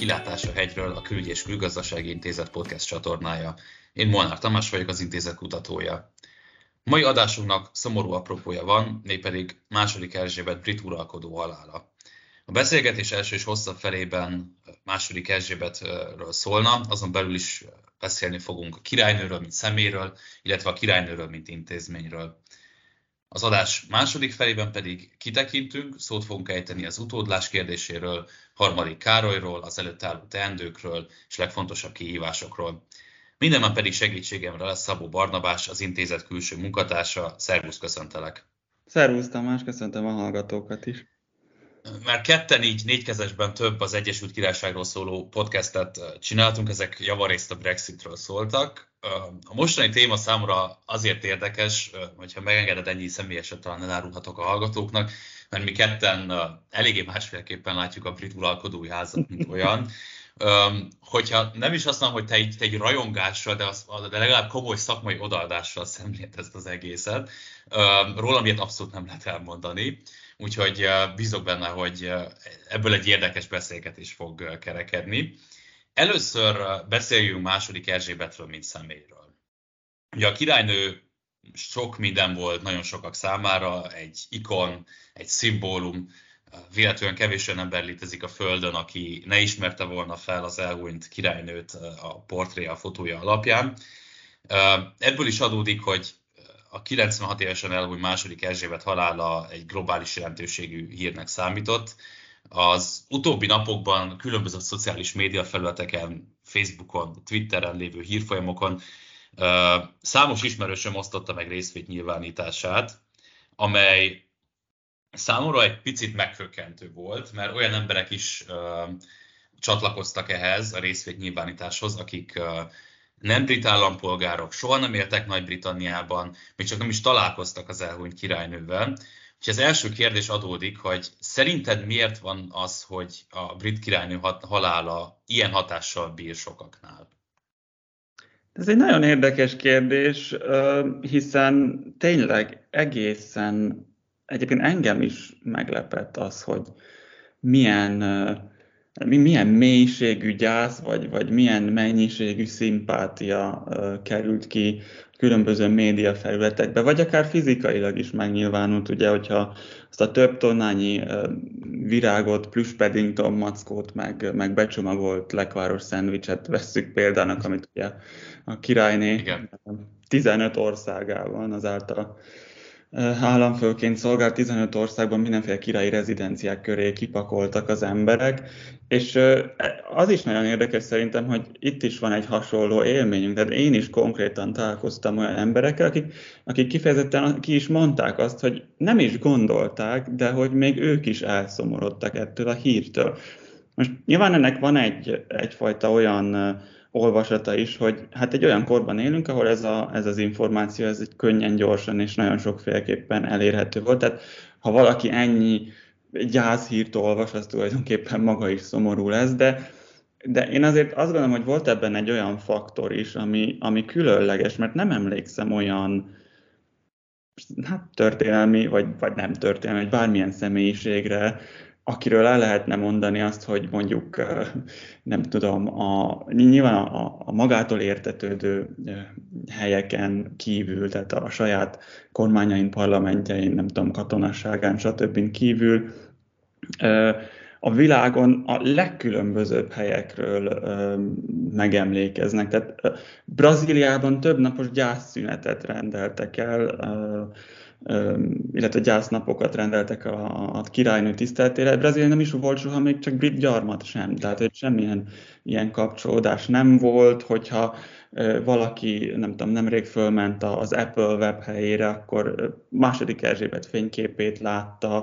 Kilátás a hegyről, a Külügy és Külgazdasági Intézet podcast csatornája. Én Molnár Tamás vagyok, az intézet kutatója. Mai adásunknak szomorú apropója van, mégpedig II. Erzsébet brit uralkodó halála. A beszélgetés első és hosszabb felében II. Erzsébetről szólna, azon belül is beszélni fogunk a királynőről, mint személyről, illetve a királynőről, mint intézményről. Az adás második felében pedig kitekintünk, szót fogunk ejteni az utódlás kérdéséről, Harmadik Károlyról, az előtt álló teendőkről és legfontosabb kihívásokról. Mindenben pedig segítségemre lesz Szabó Barnabás, az intézet külső munkatársa. Szervusz, köszöntelek! Szervusz Tamás, köszöntöm a hallgatókat is! Már ketten így négykezesben több az Egyesült Királyságról szóló podcastet csináltunk, ezek javarészt a Brexitről szóltak. A mostani téma számomra azért érdekes, hogyha megengeded, ennyi személyesen talán elárulhatok a hallgatóknak, mert mi ketten eléggé másféleképpen látjuk a brit uralkodói házat, mint olyan. Hogyha nem is azt mondom, hogy te egy rajongással, de legalább komoly szakmai odaadással szemlélt ezt az egészet, rólam ilyet abszolút nem lehet elmondani. Úgyhogy bízok benne, hogy ebből egy érdekes beszélgetés fog kerekedni. Először beszéljünk II. Erzsébetről, mint személyről. Ugye a királynő sok minden volt nagyon sokak számára, egy ikon, egy szimbólum, véletlenül kevés olyan ember létezik a Földön, aki ne ismerte volna fel az elhunyt királynőt a portréja, a fotója alapján. Ebből is adódik, hogy a 96 évesen elhunyt II. Erzsébet halála egy globális jelentőségű hírnek számított. Az utóbbi napokban különböző szociális média felületeken, Facebookon, Twitteren lévő hírfolyamokon számos ismerősöm osztotta meg részvétnyilvánítását, amely számomra egy picit meghökkentő volt, mert olyan emberek is csatlakoztak ehhez a részvétnyilvánításhoz, akik nem brit állampolgárok, soha nem éltek Nagy-Britanniában, még csak nem is találkoztak az elhunyt királynővel. Úgyhogy az első kérdés adódik, hogy szerinted miért van az, hogy a brit királynő halála ilyen hatással bír sokaknál? Ez egy nagyon érdekes kérdés, hiszen tényleg egészen, egyébként engem is meglepett az, hogy milyen mélységű gyász, vagy milyen mennyiségű szimpátia került ki különböző média felületekbe, vagy akár fizikailag is megnyilvánult, ugye, hogyha azt a több tonnányi virágot, plusz Paddington mackót, meg becsomagolt lekváros szendvicset vesszük példának, amit ugye a királyné 15 országában az által államfőként szolgált 15 országban mindenféle királyi rezidenciák köré kipakoltak az emberek, és az is nagyon érdekes szerintem, hogy itt is van egy hasonló élményünk, tehát én is konkrétan találkoztam olyan emberekkel, akik kifejezetten ki is mondták azt, hogy nem is gondolták, de hogy még ők is elszomorodtak ettől a hírtől. Most nyilván ennek van egyfajta olyan olvasata is, hogy hát egy olyan korban élünk, ahol ez az információ ez egy könnyen, gyorsan és nagyon sokféleképpen elérhető volt. Tehát ha valaki ennyi gyászhírt olvas, az tulajdonképpen maga is szomorú lesz, de én azért azt gondolom, hogy volt ebben egy olyan faktor is, ami különleges, mert nem emlékszem olyan történelmi, vagy nem történelmi, vagy bármilyen személyiségre, akiről el lehetne mondani azt, hogy mondjuk, nem tudom, nyilván a magától értetődő helyeken kívül, tehát a saját kormányain, parlamentjein, nem tudom, katonasságán, stb. Kívül, a világon a legkülönbözőbb helyekről megemlékeznek. Tehát Brazíliában többnapos gyászszünetet rendeltek el, illetve gyásznapokat rendeltek a királynő tiszteletére. Brazília nem is volt soha még csak brit gyarmat sem, tehát hogy semmilyen ilyen kapcsolódás nem volt, hogyha valaki, nem tudom, nemrég fölment az Apple webhelyére, akkor II. Erzsébet fényképét látta,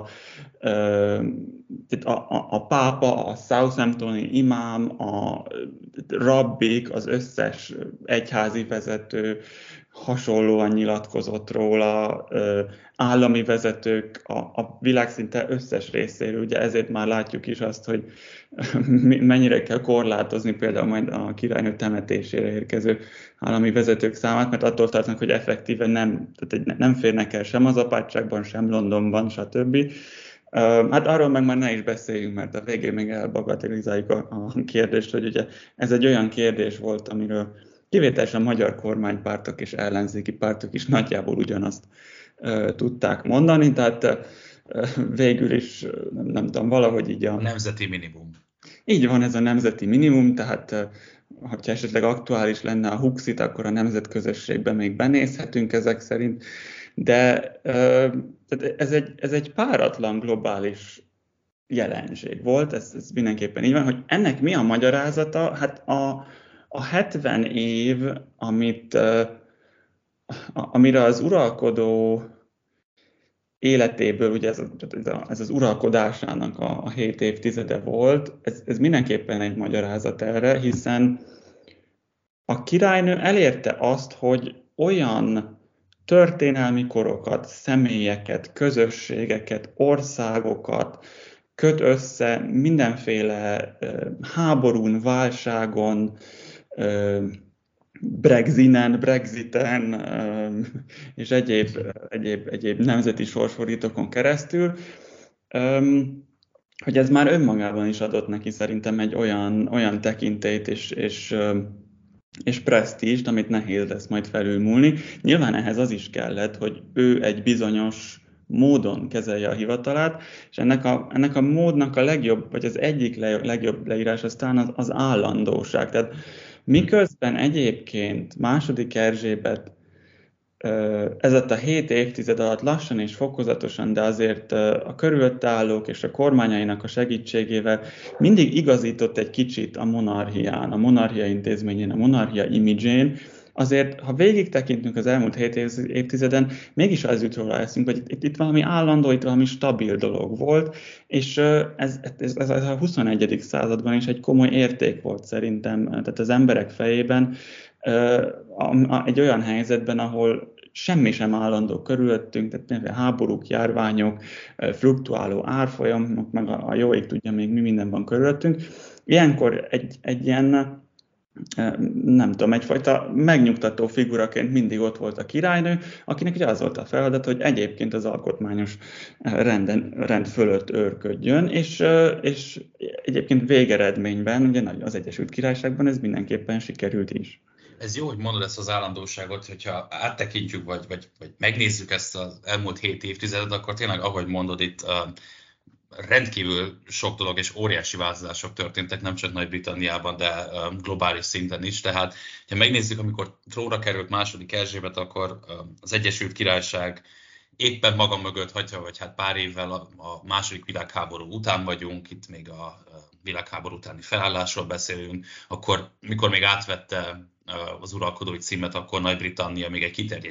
a pápa, a Southamptoni imám, a rabbik, az összes egyházi vezető hasonlóan nyilatkozott róla, állami vezetők a világ szinte összes részéről. Ugye ezért már látjuk is azt, hogy mennyire kell korlátozni például majd a királynő temetésére érkező állami vezetők számát, mert attól tartanak, hogy effektíven nem férnek el sem az apátságban, sem Londonban, stb. Hát arról meg már ne is beszéljünk, mert a végén még elbagatelizáljuk a kérdést, hogy ugye ez egy olyan kérdés volt, amiről kivételesen magyar kormánypártok és ellenzéki pártok is nagyjából ugyanazt tudták mondani, tehát végül is, nem tudom, valahogy így A nemzeti minimum. Így van, ez a nemzeti minimum, tehát ha esetleg aktuális lenne a Huxit, akkor a nemzetközösségben még benézhetünk ezek szerint, de ez egy páratlan globális jelenség volt, ez mindenképpen így van, hogy ennek mi a magyarázata? Hát a 70 év, amire az uralkodó életéből, ugye ez az uralkodásának a 7 évtizede volt, ez mindenképpen egy magyarázat erre, hiszen a királynő elérte azt, hogy olyan történelmi korokat, személyeket, közösségeket, országokat köt össze mindenféle háborún, válságon, Brexiten és egyéb nemzeti sorsfordítókon keresztül, hogy ez már önmagában is adott neki szerintem egy olyan tekintélyt és presztízst, amit nehéz lesz majd felülmúlni. Nyilván ehhez az is kellett, hogy ő egy bizonyos módon kezelje a hivatalát, és ennek a módnak a legjobb, vagy az egyik legjobb leírás aztán az állandóság. Tehát miközben egyébként második Erzsébet ez a 7 évtized alatt lassan és fokozatosan, de azért a körülötte állók és a kormányainak a segítségével mindig igazított egy kicsit a monarchián, a monarchia intézményén, a monarchia imidzsén, azért, ha végig tekintünk az elmúlt 7 évtizeden, mégis az jut róla eszünk, hogy itt valami állandó, itt valami stabil dolog volt, és ez a 21. században is egy komoly érték volt szerintem, tehát az emberek fejében egy olyan helyzetben, ahol semmi sem állandó körülöttünk, tehát háborúk, járványok, fluktuáló árfolyamok, meg a jó ég tudja még mi minden van körülöttünk. Ilyenkor egy ilyen, nem tudom, egyfajta megnyugtató figuraként mindig ott volt a királynő, akinek ugye az volt a feladat, hogy egyébként az alkotmányos rend fölött őrködjön, és egyébként végeredményben, ugye az Egyesült Királyságban ez mindenképpen sikerült is. Ez jó, hogy mondod ezt az állandóságot, hogyha áttekintjük, vagy megnézzük ezt az elmúlt 7 évtizedet, akkor tényleg, ahogy mondod, itt rendkívül sok dolog és óriási változások történtek, nem csak Nagy-Britanniában, de globális szinten is. Tehát, ha megnézzük, amikor trónra került második Erzsébet, akkor az Egyesült Királyság éppen maga mögött hagyja, vagy hát pár évvel a második világháború után vagyunk, itt még a világháború utáni felállásról beszélünk, akkor mikor még átvette az uralkodói címet, akkor Nagy-Britannia még egy kiterjedt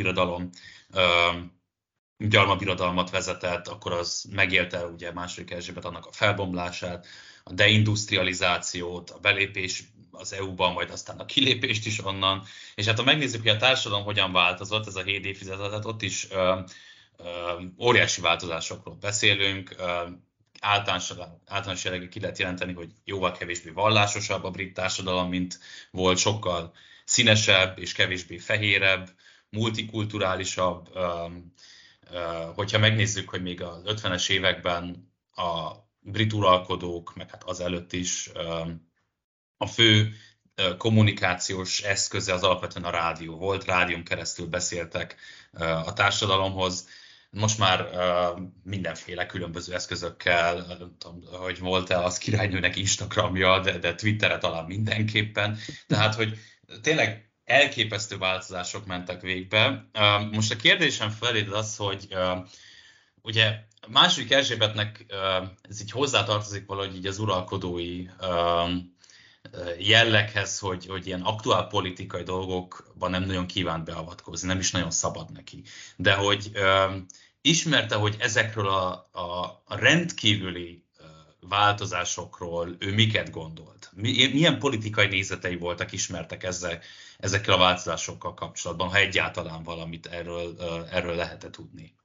gyarmatbirodalmat vezetett, akkor az megélte ugye második Erzsébet annak a felbomlását, a deindustrializációt, a belépés az EU-ban, majd aztán a kilépést is onnan. És hát ha megnézzük, hogy a társadalom hogyan változott, ez a 7 évtized alatt, ott is óriási változásokról beszélünk. Általános jellegű ki lehet jelenteni, hogy jóval kevésbé vallásosabb a brit társadalom, mint volt, sokkal színesebb és kevésbé fehérebb, multikulturálisabb. Hogyha megnézzük, hogy még az 50-es években a brit uralkodók, meg hát azelőtt is a fő kommunikációs eszköze az alapvetően a rádió volt, rádión keresztül beszéltek a társadalomhoz. Most már mindenféle különböző eszközökkel, nem tudom, hogy volt-e az királynőnek Instagramja, de Twitterre talán mindenképpen. Tehát, hogy tényleg elképesztő változások mentek végbe. Most a kérdésem feléd az, hogy ugye második Erzsébetnek ez így hozzátartozik valahogy így az uralkodói jelleghez, hogy ilyen aktuál politikai dolgokban nem nagyon kívánt beavatkozni, nem is nagyon szabad neki. De hogy ismerte, hogy ezekről a rendkívüli változásokról ő miket gondolt? Milyen politikai nézetei voltak, ismertek ezekkel a változásokkal kapcsolatban, ha egyáltalán valamit erről lehet tudni?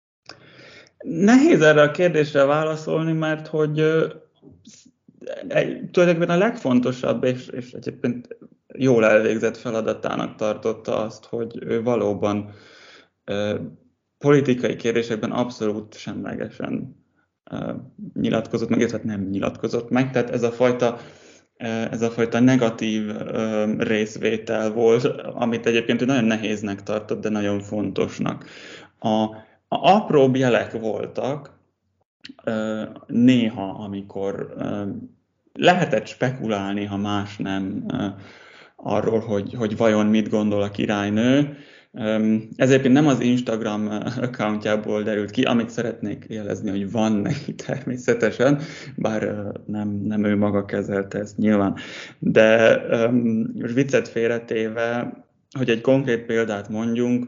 Nehéz erre a kérdésre válaszolni, mert hogy tulajdonképpen a legfontosabb és egyébként jól elvégzett feladatának tartotta azt, hogy ő valóban politikai kérdésekben abszolút semlegesen nyilatkozott meg, illetve nem nyilatkozott meg, tehát ez a fajta negatív részvétel volt, amit egyébként nagyon nehéznek tartott, de nagyon fontosnak. A apróbb jelek voltak néha, amikor lehetett spekulálni, ha más nem, arról, hogy vajon mit gondol a királynő. Ez egyébként nem az Instagram accountjából derült ki, amit szeretnék jelezni, hogy van neki természetesen, bár nem ő maga kezelte ezt nyilván. De most viccet félretéve, hogy egy konkrét példát mondjunk,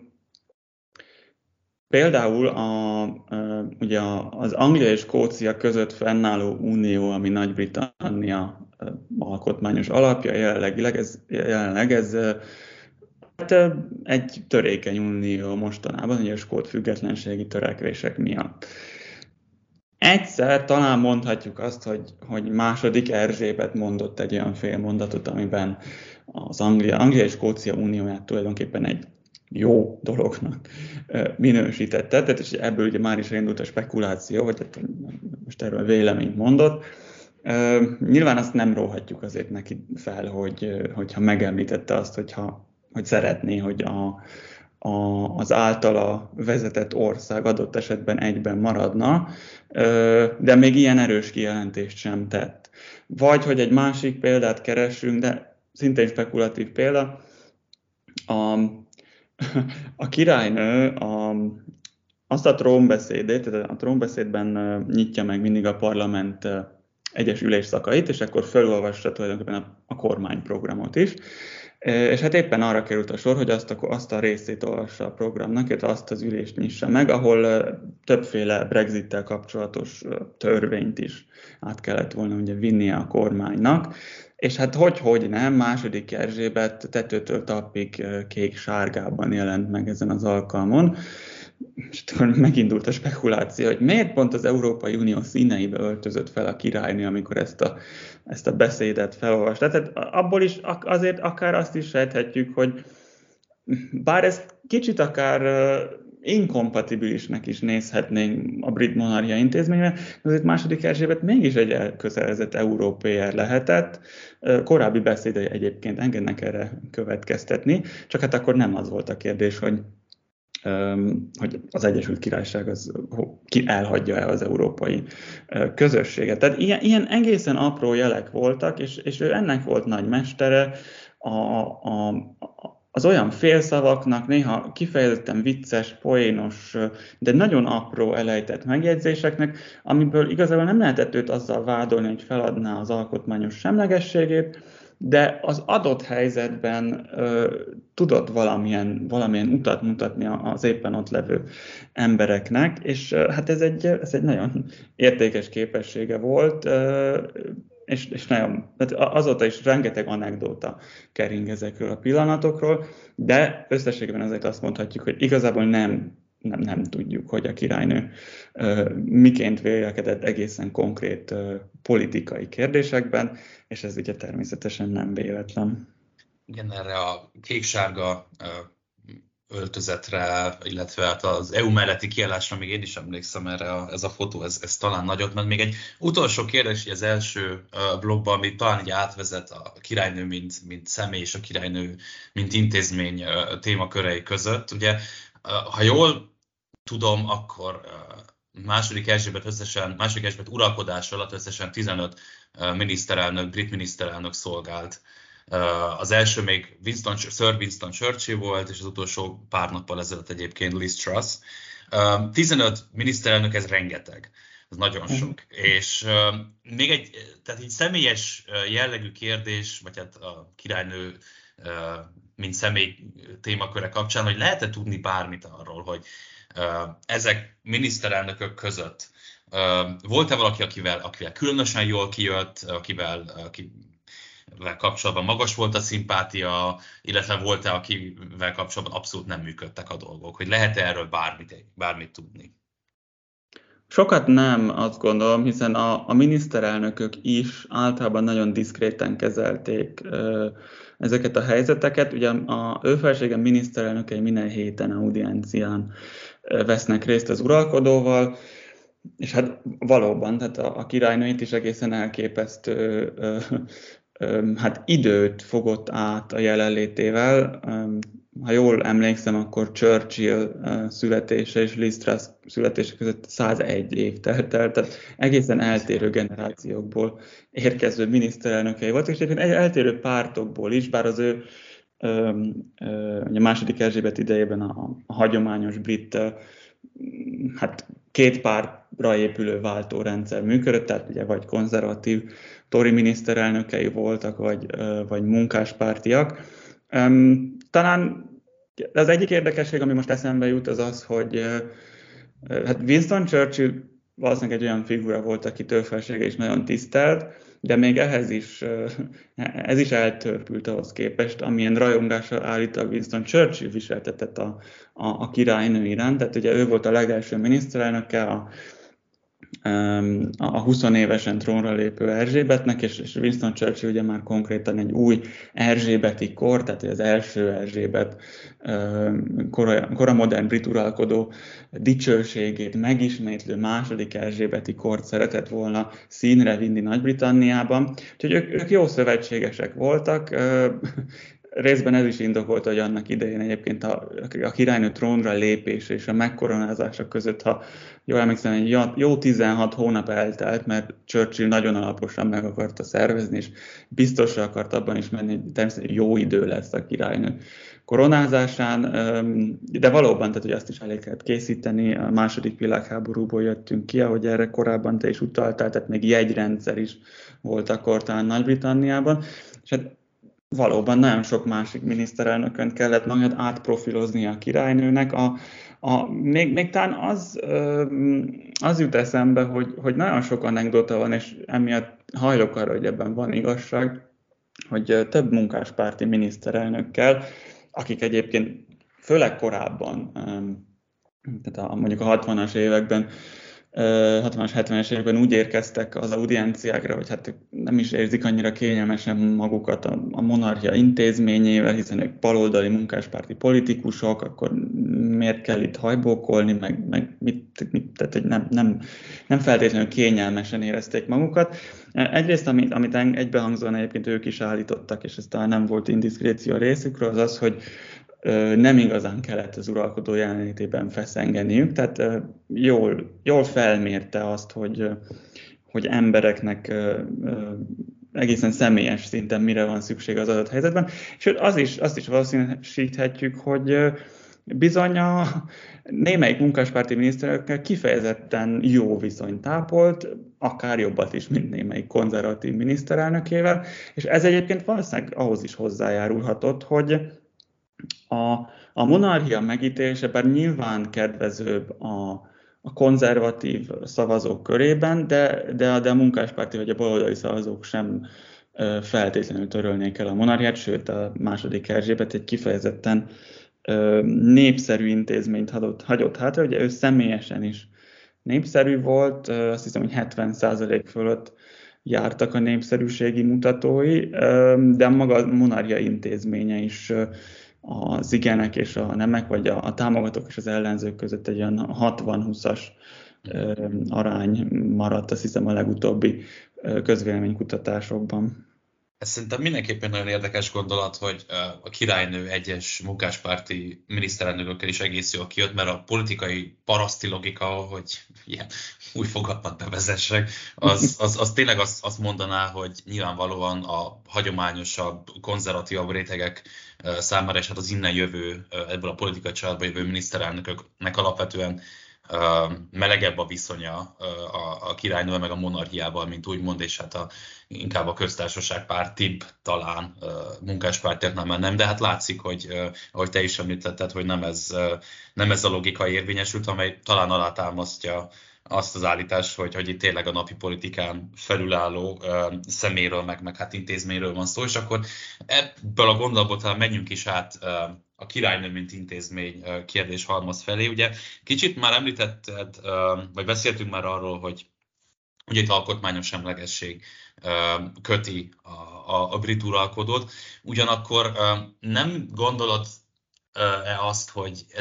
például ugye az Anglia és Skócia között fennálló unió, ami Nagy-Britannia alkotmányos alapja, jelenleg ez hát egy törékeny unió mostanában, ugye a skót függetlenségi törekvések miatt. Egyszer talán mondhatjuk azt, hogy második Erzsébet mondott egy olyan félmondatot, amiben az Anglia és Skócia unióját tulajdonképpen egy jó dolognak minősítette, tehát ebből ugye már is indult a spekuláció, hogy most erről véleményt mondott. Nyilván azt nem róhatjuk azért neki fel, hogyha megemlítette azt, hogy szeretné, hogy az általa vezetett ország adott esetben egyben maradna, de még ilyen erős kijelentést sem tett. Vagy, hogy egy másik példát keressünk, de szintén spekulatív példa, a királynő azt a trónbeszédét, tehát a trónbeszédben nyitja meg mindig a parlament egyes ülésszakait, és akkor felolvassa tulajdonképpen a kormányprogramot is. És hát éppen arra került a sor, hogy azt a részét olvassa a programnak, illetve azt az ülést nyissa meg, ahol többféle Brexittel kapcsolatos törvényt is át kellett volna ugye vinnie a kormánynak. És hát hogy nem, második Erzsébet tetőtől talpig kék-sárgában jelent meg ezen az alkalmon. És akkor megindult a spekuláció, hogy miért pont az Európai Unió színeibe öltözött fel a királynő, amikor ezt a beszédet felolvasta. Tehát abból is azért akár azt is sejthetjük, hogy bár ezt kicsit akár inkompatibilisnek is nézhetnénk a brit monarchia intézményben, azért második Erzsébet mégis egy elkötelezett európér lehetett. Korábbi beszédei egyébként engednek erre következtetni, csak hát akkor nem az volt a kérdés, hogy az Egyesült Királyság elhagyja-e az európai közösséget. Tehát ilyen egészen apró jelek voltak, és ő ennek volt nagy mestere, az olyan félszavaknak, néha kifejezetten vicces, poénos, de nagyon apró elejtett megjegyzéseknek, amiből igazából nem lehetett őt azzal vádolni, hogy feladná az alkotmányos semlegességét, de az adott helyzetben tudott valamilyen utat mutatni az éppen ott levő embereknek, és hát ez egy nagyon értékes képessége volt, és nagyon, azóta is rengeteg anekdóta kering ezekről a pillanatokról, de összességében azért azt mondhatjuk, hogy igazából nem tudjuk, hogy a királynő miként vélekedett egészen konkrét politikai kérdésekben, és ez ugye természetesen nem véletlen. Igen, erre a kék-sárga öltözetre, illetve hát az EU melletti kiállásra még én is emlékszem erre, ez a fotó, ez talán nagyot ment. Még egy utolsó kérdés, az első blogban, ami talán így átvezet a királynő, mint személy, és a királynő, mint intézmény témakörei között. Ugye, ha jól tudom, akkor második Erzsébet uralkodása alatt összesen 15 brit miniszterelnök szolgált. Az első még Sir Winston Churchill volt, és az utolsó pár nappal ezelőtt egyébként Liz Truss. 15 miniszterelnök, ez rengeteg. Ez nagyon sok. És még tehát így személyes jellegű kérdés, vagy hát a királynő, mint személy témaköre kapcsán, hogy lehet-e tudni bármit arról, hogy ezek miniszterelnökök között volt-e valaki, akivel különösen jól kijött, akivel kapcsolatban magas volt a szimpátia, illetve volt-e, akivel kapcsolatban abszolút nem működtek a dolgok, hogy lehet-e erről bármit tudni? Sokat nem, azt gondolom, hiszen a miniszterelnökök is általában nagyon diszkréten kezelték ezeket a helyzeteket. Ugye ő felsége miniszterelnökei minden héten audiencián vesznek részt az uralkodóval, És hát valóban, tehát a királynő itt is egészen elképesztő hát időt fogott át a jelenlétével. Ha jól emlékszem, akkor Churchill születése és Liz Truss születése között 101 év telt el, tehát egészen eltérő generációkból érkező miniszterelnökei voltak, és egyébként eltérő pártokból is, bár az ő a második Erzsébet idejében a hagyományos brit hát két pártra épülő váltórendszer működött, tehát ugye vagy konzervatív Tory miniszterelnökei voltak, vagy munkáspártiak. Talán az egyik érdekesség, ami most eszembe jut, az az, hogy hát Winston Churchill valószínűleg egy olyan figura volt, aki felsége is nagyon tisztelt, de még ez is eltörpült ahhoz képest, amilyen rajongással állítólag Winston Churchill viseltetett a királynő iránt. Tehát ugye ő volt a legelső miniszterelnöke a 20 évesen trónra lépő Erzsébetnek, és Winston Churchill ugye már konkrétan egy új erzsébeti kor, tehát az első Erzsébet koramodern brit uralkodó dicsőségét megismétlő második erzsébeti kort szeretett volna színre vinni Nagy-Britanniában. Úgyhogy ők jó szövetségesek voltak. Részben ez is indokolta, hogy annak idején egyébként a királynő trónra lépése és a megkoronázása között, ha jól emlékszem, egy jó 16 hónap eltelt, mert Churchill nagyon alaposan meg akarta szervezni, és biztosra akart abban is menni, hogy természetesen jó idő lesz a királynő koronázásán, de valóban, tehát hogy azt is elég kellett készíteni, a második világháborúból jöttünk ki, ahogy erre korábban te is utaltál, tehát még jegyrendszer is volt akkor talán Nagy-Britanniában, és hát valóban nagyon sok másik miniszterelnökön kellett majd átprofilozni a királynőnek. Még talán az jut eszembe, hogy nagyon sok anekdota van, és emiatt hajlok arra, hogy ebben van igazság, hogy több munkáspárti miniszterelnökkel, akik egyébként főleg korábban, tehát mondjuk a 60-as években, 60-as, 70-es években úgy érkeztek az audienciákra, hogy hát nem is érzik annyira kényelmesen magukat a monarchia intézményével, hiszen ők baloldali munkáspárti politikusok, akkor miért kell itt hajbókolni, meg tehát hogy nem feltétlenül kényelmesen érezték magukat. Egyrészt, amit egybehangzóan egyébként ők is állítottak, és ez talán nem volt indiszkréció a részükről, az az, hogy nem igazán kellett az uralkodó jelenlétében feszengeniük, tehát jól felmérte azt, hogy embereknek egészen személyes szinten mire van szükség az adott helyzetben, és azt is valószínűsíthetjük, hogy bizony a némelyik munkáspárti miniszterelnökkel kifejezetten jó viszonyt ápolt, akár jobbat is, mint némelyik konzervatív miniszterelnökével, és ez egyébként valószínűleg ahhoz is hozzájárulhatott, hogy a monarchia megítélése bár nyilván kedvezőbb a konzervatív szavazók körében, de a munkáspárti vagy a baloldali szavazók sem feltétlenül törölnék el a monarchiát, sőt a második Erzsébet egy kifejezetten népszerű intézményt hagyott hátra. Ugye ő személyesen is népszerű volt, azt hiszem, hogy 70% fölött jártak a népszerűségi mutatói, de maga a monarchia intézménye is az igenek és a nemek, vagy a támogatók és az ellenzők között egy olyan 60-20-as arány maradt, azt hiszem a legutóbbi közvéleménykutatásokban. Ez szerintem mindenképpen nagyon érdekes gondolat, hogy a királynő egyes munkáspárti miniszterelnökökkel is egész jól kijött, mert a politikai paraszti logika, hogy ilyen új fogalmat bevezessek, az tényleg azt mondaná, hogy nyilvánvalóan a hagyományosabb, konzervatívabb rétegek számára, és hát az innen jövő, ebből a politikai családba jövő miniszterelnököknek alapvetően melegebb a viszonya a királynővel meg a monarchiával, mint úgymond, és hát inkább a köztársaság pártibb talán munkáspártiaknál már nem, de hát látszik, hogy ahogy te is említetted, hogy nem ez a logika érvényesült, amely talán alátámasztja azt az állítást, hogy itt tényleg a napi politikán felülálló szeméről, meg hát intézményről van szó, és akkor ebből a gondolatból talán menjünk is át a királynő, mint intézmény kérdés halmaz felé. Ugye kicsit már említetted, vagy beszéltünk már arról, hogy ugye itt alkotmányos semlegesség köti a brit uralkodót, ugyanakkor nem gondolod azt, hogy ez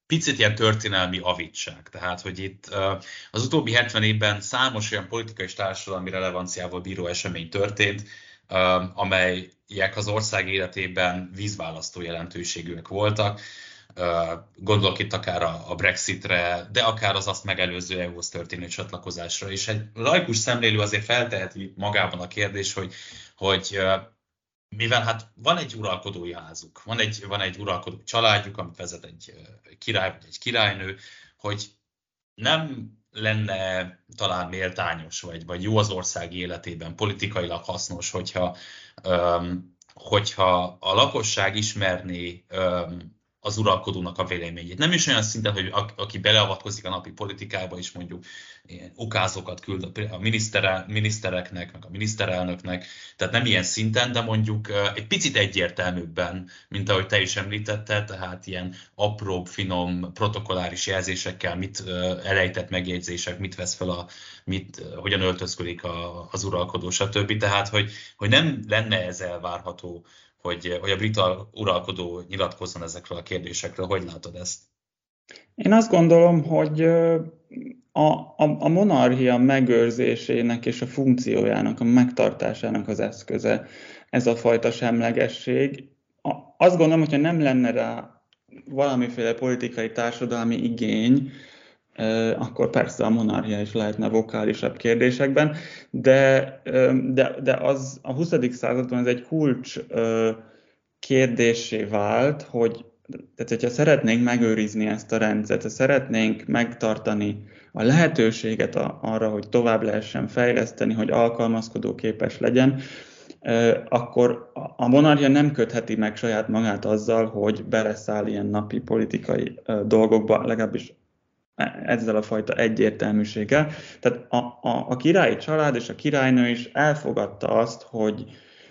picit ilyen történelmi avitság. Tehát, hogy itt az utóbbi 70 évben számos olyan politikai és társadalmi relevanciával bíró esemény történt, amelyek az ország életében vízválasztó jelentőségűek voltak. Gondolok itt akár a Brexitre, de akár az azt megelőző EU-hoz történő csatlakozásra. És egy laikus szemlélő azért felteheti magában a kérdés, hogy mivel hát van egy uralkodói házuk, van egy uralkodó családjuk, amit vezet egy király vagy egy királynő, hogy nem lenne talán méltányos, vagy jó az ország életében, politikailag hasznos, hogyha a lakosság ismerné az uralkodónak a véleményét. Nem is olyan szinten, hogy aki beleavatkozik a napi politikába, és mondjuk ilyen ukázókat küld a minisztereknek, meg a miniszterelnöknek, tehát nem ilyen szinten, de mondjuk egy picit egyértelműbben, mint ahogy te is említetted, tehát ilyen apróbb, finom, protokolláris jelzésekkel, mit elejtett megjegyzések, mit vesz fel, hogyan öltözködik az uralkodó, stb. Tehát, hogy nem lenne ez elvárható, hogy a brit uralkodó nyilatkozzon ezekről a kérdésekről. Hogy látod ezt? Én azt gondolom, hogy a monarchia megőrzésének és a funkciójának, a megtartásának az eszköze ez a fajta semlegesség. Azt gondolom, hogyha nem lenne rá valamiféle politikai társadalmi igény, akkor persze a monarchia is lehetne vokálisabb kérdésekben, de az a 20. században ez egy kulcs kérdéssé vált, tehát hogyha szeretnénk megőrizni ezt a rendszert, ha szeretnénk megtartani a lehetőséget arra, hogy tovább lehessen fejleszteni, hogy alkalmazkodóképes legyen, akkor a monarchia nem kötheti meg saját magát azzal, hogy beleszáll ilyen napi politikai dolgokba, legalábbis ezzel a fajta egyértelműséggel. Tehát a királyi család és a királynő is elfogadta azt, hogy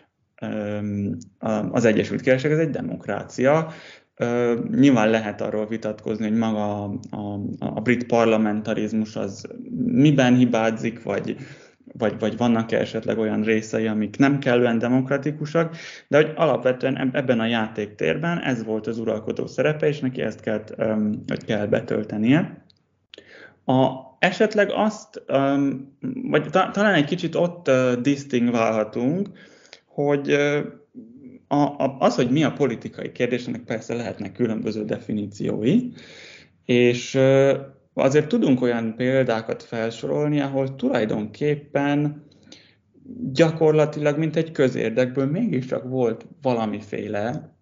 az Egyesült Királyság ez egy demokrácia. Nyilván lehet arról vitatkozni, hogy maga a brit parlamentarizmus az miben hibázik, vagy vannak-e esetleg olyan részei, amik nem kellően demokratikusak, de hogy alapvetően ebben a játéktérben ez volt az uralkodó szerepe, és neki ezt kell betöltenie. Esetleg azt, vagy talán egy kicsit ott disztingválhatunk, hogy az, hogy mi a politikai kérdésnek persze lehetnek különböző definíciói, és azért tudunk olyan példákat felsorolni, ahol tulajdonképpen gyakorlatilag, mint egy közérdekből mégiscsak volt valamiféle,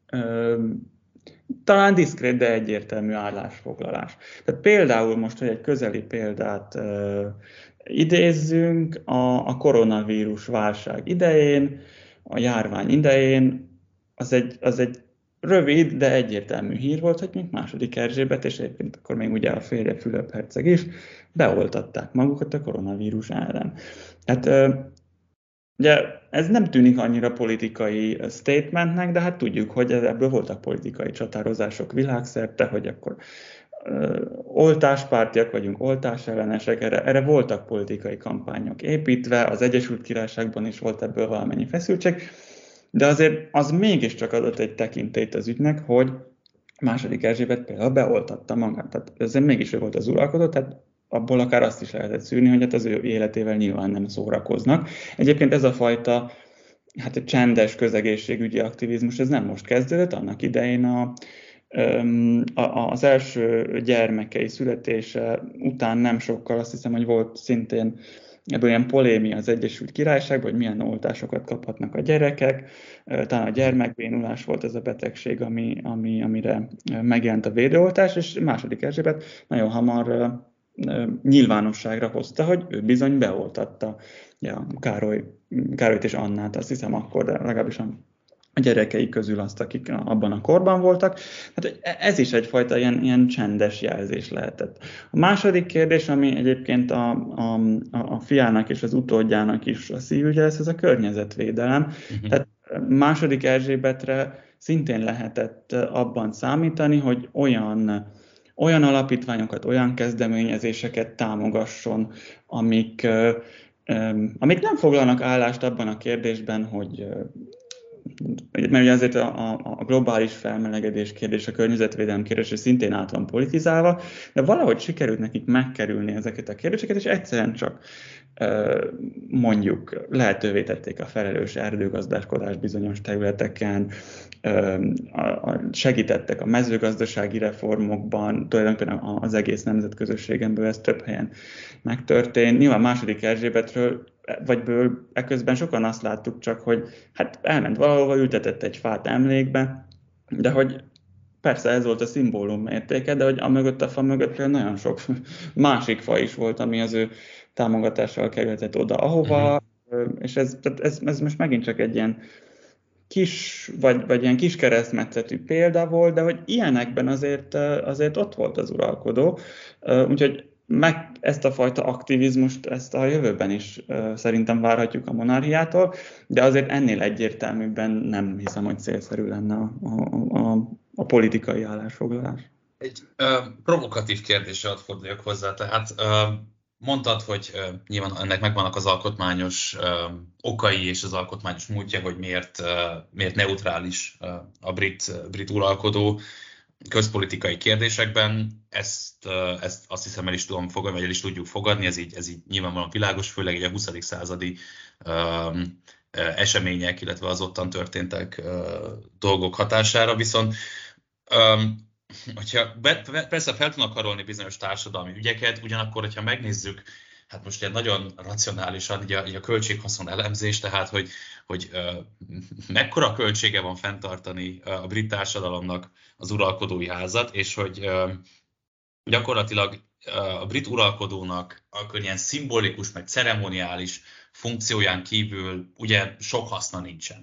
talán diszkrét, de egyértelmű állásfoglalás. Tehát például most, hogy egy közeli példát idézzünk, a koronavírus válság idején, a járvány idején, az egy rövid, de egyértelmű hír volt, hogy mint II. Erzsébet, és egyébként akkor még ugye a férje Fülöp herceg is, beoltatták magukat a koronavírus ellen. Hát ugye ez nem tűnik annyira politikai statementnek, de hát tudjuk, hogy ebből voltak politikai csatározások világszerte, hogy akkor oltáspártiak vagyunk, oltásellenesek, erre voltak politikai kampányok építve, az Egyesült Királyságban is volt ebből valamennyi feszültség, de azért az mégiscsak adott egy tekintélyt az ügynek, hogy II. Erzsébet például beoltatta magát. Tehát ez mégis ő volt az uralkodó, tehát abból akár azt is lehetett szűrni, hogy hát az ő életével nyilván nem szórakoznak. Egyébként ez a fajta csendes közegészségügyi aktivizmus, ez nem most kezdődött, annak idején az első gyermekei születése után nem sokkal, azt hiszem, hogy volt szintén ebből ilyen polémia az Egyesült Királyságban, hogy milyen oltásokat kaphatnak a gyerekek. Talán a gyermekbénulás volt ez a betegség, amire megjelent a védőoltás, és II. Erzsébet nagyon hamar nyilvánosságra hozta, hogy ő bizony beoltatta Károlyt és Annát, azt hiszem akkor, de legalábbis a gyerekei közül azt, akik abban a korban voltak. Hát ez is egyfajta ilyen csendes jelzés lehetett. A második kérdés, ami egyébként a fiának és az utódjának is a szívügye lesz, ez a környezetvédelem. Tehát II. Erzsébetre szintén lehetett abban számítani, hogy olyan alapítványokat, olyan kezdeményezéseket támogasson, amik nem foglalnak állást abban a kérdésben, hogy mert ugye azért a globális felmelegedés kérdés, a környezetvédelem kérdése szintén át van politizálva, de valahogy sikerült nekik megkerülni ezeket a kérdéseket, és egyszerűen csak mondjuk lehetővé tették a felelős erdőgazdálkodást bizonyos területeken, segítettek a mezőgazdasági reformokban, tulajdonképpen az egész nemzetközösségenből ez több helyen megtörtént. Nyilván második Erzsébetről, eközben sokan azt láttuk csak, hogy hát elment valahova, ültetett egy fát emlékbe, de hogy persze ez volt a szimbólum értéke, de hogy a fa mögött nagyon sok másik fa is volt, ami az ő támogatással kerülhetett oda, ahova, és ez most megint csak egy ilyen kis, vagy ilyen kis keresztmetszetű példa volt, de hogy ilyenekben azért ott volt az uralkodó, úgyhogy ezt a fajta aktivizmust, ezt a jövőben is szerintem várhatjuk a monarchiától, de azért ennél egyértelműbben nem hiszem, hogy célszerű lenne a politikai állásfoglalás. Egy provokatív kérdésre hadd forduljak hozzá, tehát mondtad, hogy nyilván ennek megvannak az alkotmányos okai és az alkotmányos múltja, hogy miért neutrális a brit uralkodó közpolitikai kérdésekben. Ezt azt hiszem el is tudom fogadni, vagy el is tudjuk fogadni, ez így nyilvánvalóan világos, főleg így a 20. századi események, illetve az ottan történtek dolgok hatására, viszont hogyha persze fel tudnak karolni bizonyos társadalmi ügyeket, ugyanakkor, hogyha megnézzük, hát most egy nagyon racionálisan így a költséghaszon elemzés, tehát hogy mekkora költsége van fenntartani a brit társadalomnak az uralkodói házat, és hogy gyakorlatilag a brit uralkodónak akkor ilyen szimbolikus, meg ceremoniális funkcióján kívül ugye sok haszna nincsen.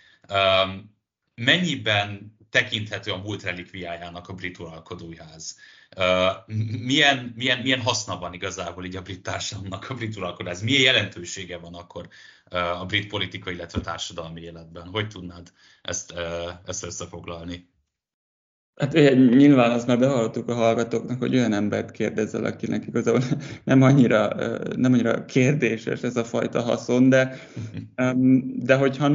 Mennyiben tekinthető a múlt relikviájának a brit uralkodói ház? Milyen haszna van igazából így a brit társadalomnak a brit uralkodás? Milyen jelentősége van akkor a brit politikai, illetve társadalmi életben? Hogy tudnád ezt összefoglalni? Hát nyilván azt már behallottuk a hallgatóknak, hogy olyan embert kérdezzel, akinek igazából nem annyira kérdéses ez a fajta haszon, de hogyha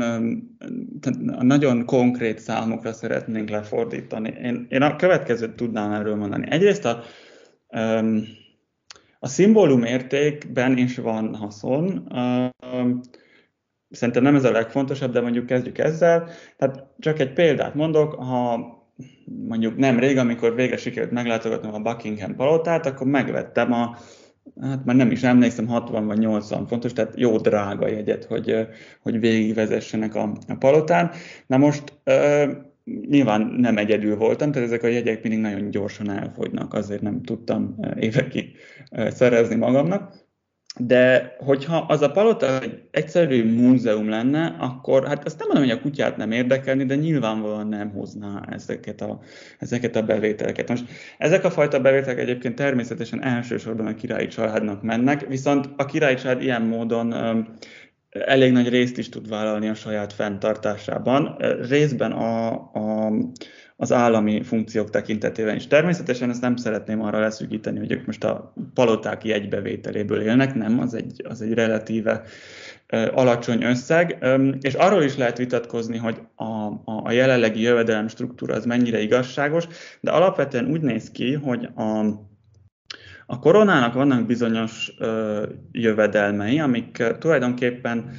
nagyon konkrét számokra szeretnénk lefordítani, én a következőt tudnám erről mondani. Egyrészt a szimbólum értékben is van haszon. Szerintem nem ez a legfontosabb, de mondjuk kezdjük ezzel. Tehát csak egy példát mondok, ha mondjuk nemrég, amikor végre sikerült meglátogatnom a Buckingham palotát, akkor megvettem hát már nem is emlékszem, 60 vagy 80 fontos, tehát jó drága jegyet, hogy végigvezessenek a palotán. Na most nyilván nem egyedül voltam, tehát ezek a jegyek mindig nagyon gyorsan elfogynak, azért nem tudtam évekig szerezni magamnak. De hogyha az a palota egy egyszerű múzeum lenne, akkor hát azt nem mondom, hogy a kutyát nem érdekelni, de nyilvánvalóan nem hozná ezeket a bevételeket. Most ezek a fajta bevételek egyébként természetesen elsősorban a királyi családnak mennek, viszont a királyi család ilyen módon elég nagy részt is tud vállalni a saját fenntartásában, részben az állami funkciók tekintetében is. Természetesen ezt nem szeretném arra leszűkíteni, hogy ők most a paloták jegybevételéből élnek, nem, az egy relatíve alacsony összeg, és arról is lehet vitatkozni, hogy a jelenlegi jövedelem struktúra az mennyire igazságos, de alapvetően úgy néz ki, hogy a koronának vannak bizonyos jövedelmei, amik tulajdonképpen,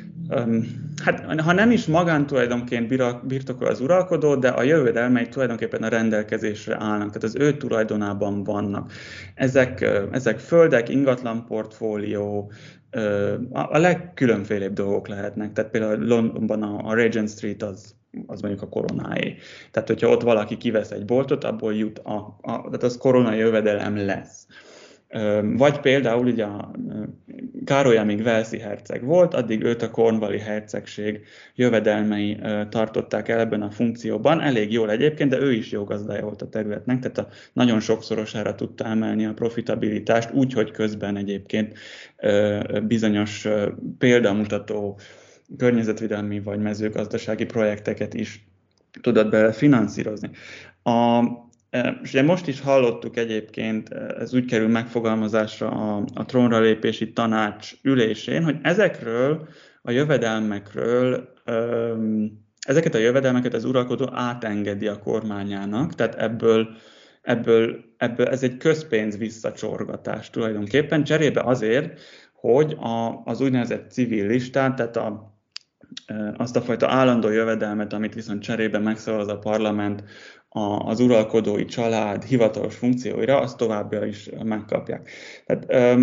hát ha nem is magántulajdonként birtokol az uralkodó, de a jövedelmei tulajdonképpen a rendelkezésre állnak, tehát az ő tulajdonában vannak. Ezek földek, ingatlanportfólió, a legkülönfélébb dolgok lehetnek. Tehát például Londonban a Regent Street az mondjuk a koronáé. Tehát, hogyha ott valaki kivesz egy boltot, abból jut, tehát az koronai jövedelem lesz. Vagy például ugye a Károly, amíg Walesi herceg volt, addig őt a Cornwalli hercegség jövedelmei tartották el ebben a funkcióban, elég jól egyébként, de ő is jó gazdája volt a területnek, tehát nagyon sokszorosára tudta emelni a profitabilitást, úgyhogy közben egyébként bizonyos példamutató környezetvédelmi vagy mezőgazdasági projekteket is tudott bele finanszírozni. És ugye most is hallottuk egyébként, ez úgy kerül megfogalmazásra a trónra lépési tanács ülésén, hogy ezekről a jövedelmekről ezeket a jövedelmeket az uralkodó átengedi a kormányának, tehát ebből ez egy közpénz visszacsorgatás tulajdonképpen, cserébe azért, hogy az úgynevezett civil listát, tehát azt a fajta állandó jövedelmet, amit viszont cserébe megszavaz a parlament az uralkodói család hivatalos funkcióira, azt továbbra is megkapják. Tehát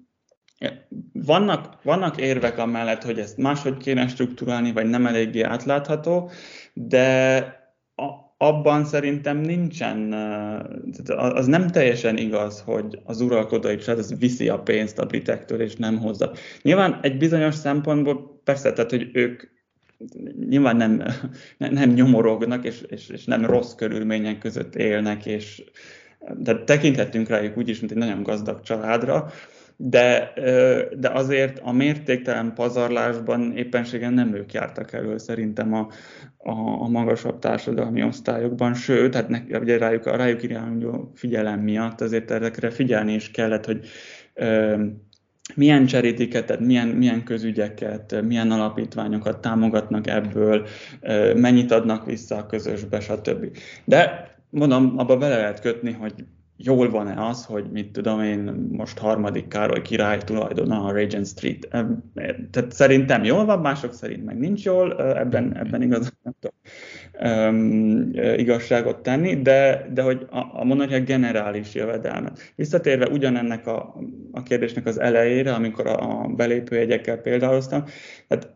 vannak érvek amellett, hogy ezt máshogy kéne strukturálni, vagy nem eléggé átlátható, de abban szerintem nincsen, az nem teljesen igaz, hogy az uralkodói család az viszi a pénzt a britektől, és nem hozza. Nyilván egy bizonyos szempontból persze, tehát, hogy ők nyilván nem nyomorognak, és nem rossz körülmények között élnek, de tekinthetünk rájuk úgyis, mint egy nagyon gazdag családra, de azért a mértéktelen pazarlásban éppenségen nem ők jártak elől szerintem a magasabb társadalmi osztályokban, sőt, hát ugye rájuk irányuló figyelem miatt azért ezekre figyelni is kellett, hogy milyen charityket, tehát milyen közügyeket, milyen alapítványokat támogatnak ebből, mennyit adnak vissza a közösbe, stb. De mondom, abba bele lehet kötni, hogy jól van-e az, hogy mit tudom én, most 3. Károly király tulajdona a Regent Street. Tehát szerintem jól van, mások szerint meg nincs jól, ebben igazán nem tudom igazságot tenni, de hogy a monarchia generális jövedelmet. Visszatérve ugyanennek a kérdésnek az elejére, amikor a belépőjegyekkel példáloztam, tehát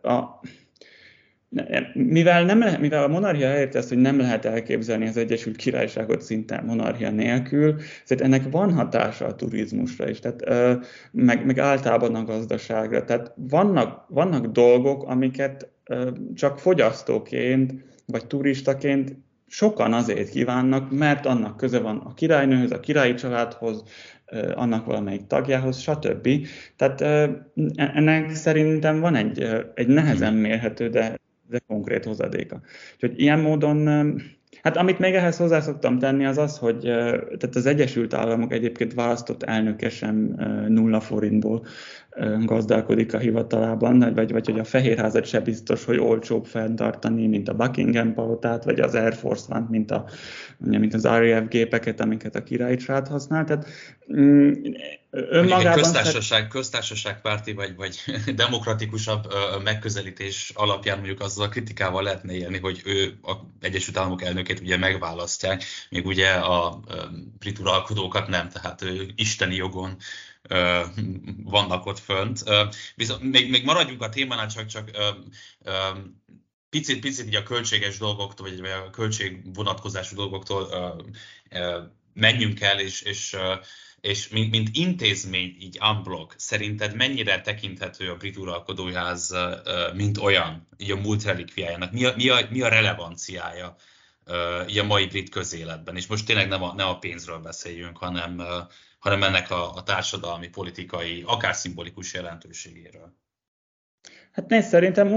mivel a monarchia helyett ezt, hogy nem lehet elképzelni az Egyesült Királyságot szinte monarchia nélkül, ezért ennek van hatása a turizmusra is, tehát, meg általában a gazdaságra. Tehát vannak dolgok, amiket csak fogyasztóként vagy turistaként sokan azért kívánnak, mert annak köze van a királynőhöz, a királyi családhoz, annak valamelyik tagjához, stb. Tehát ennek szerintem van egy nehezen mérhető, de konkrét hozadéka. Úgyhogy ilyen módon, hát amit még ehhez hozzá szoktam tenni, az az, hogy tehát az Egyesült Államok egyébként választott elnöke sem 0 forintból gazdálkodik a hivatalában, vagy hogy a Fehérházat se biztos, hogy olcsóbb fenntartani, mint a Buckingham palotát, vagy az Air Force One, mint az RAF gépeket, amiket a királyi család használ. Tehát önmagában köztársaságpárti vagy demokratikusabb megközelítés alapján mondjuk azzal a kritikával lehetne élni, hogy ő az Egyesült Államok elnökét ugye megválasztják, még ugye a brit uralkodókat nem, tehát isteni jogon vannak ott fönt. Még maradjunk a témánál, csak picit így a költséges dolgoktól, vagy a költség vonatkozású dolgoktól menjünk el, és mint intézmény, így unblock, szerinted mennyire tekinthető a brit uralkodóház, mint olyan, így a múlt relikviájának? Mi a relevanciája így a mai brit közéletben? És most tényleg nem a pénzről beszéljünk, hanem ennek a társadalmi, politikai, akár szimbolikus jelentőségéről. Hát nézd, szerintem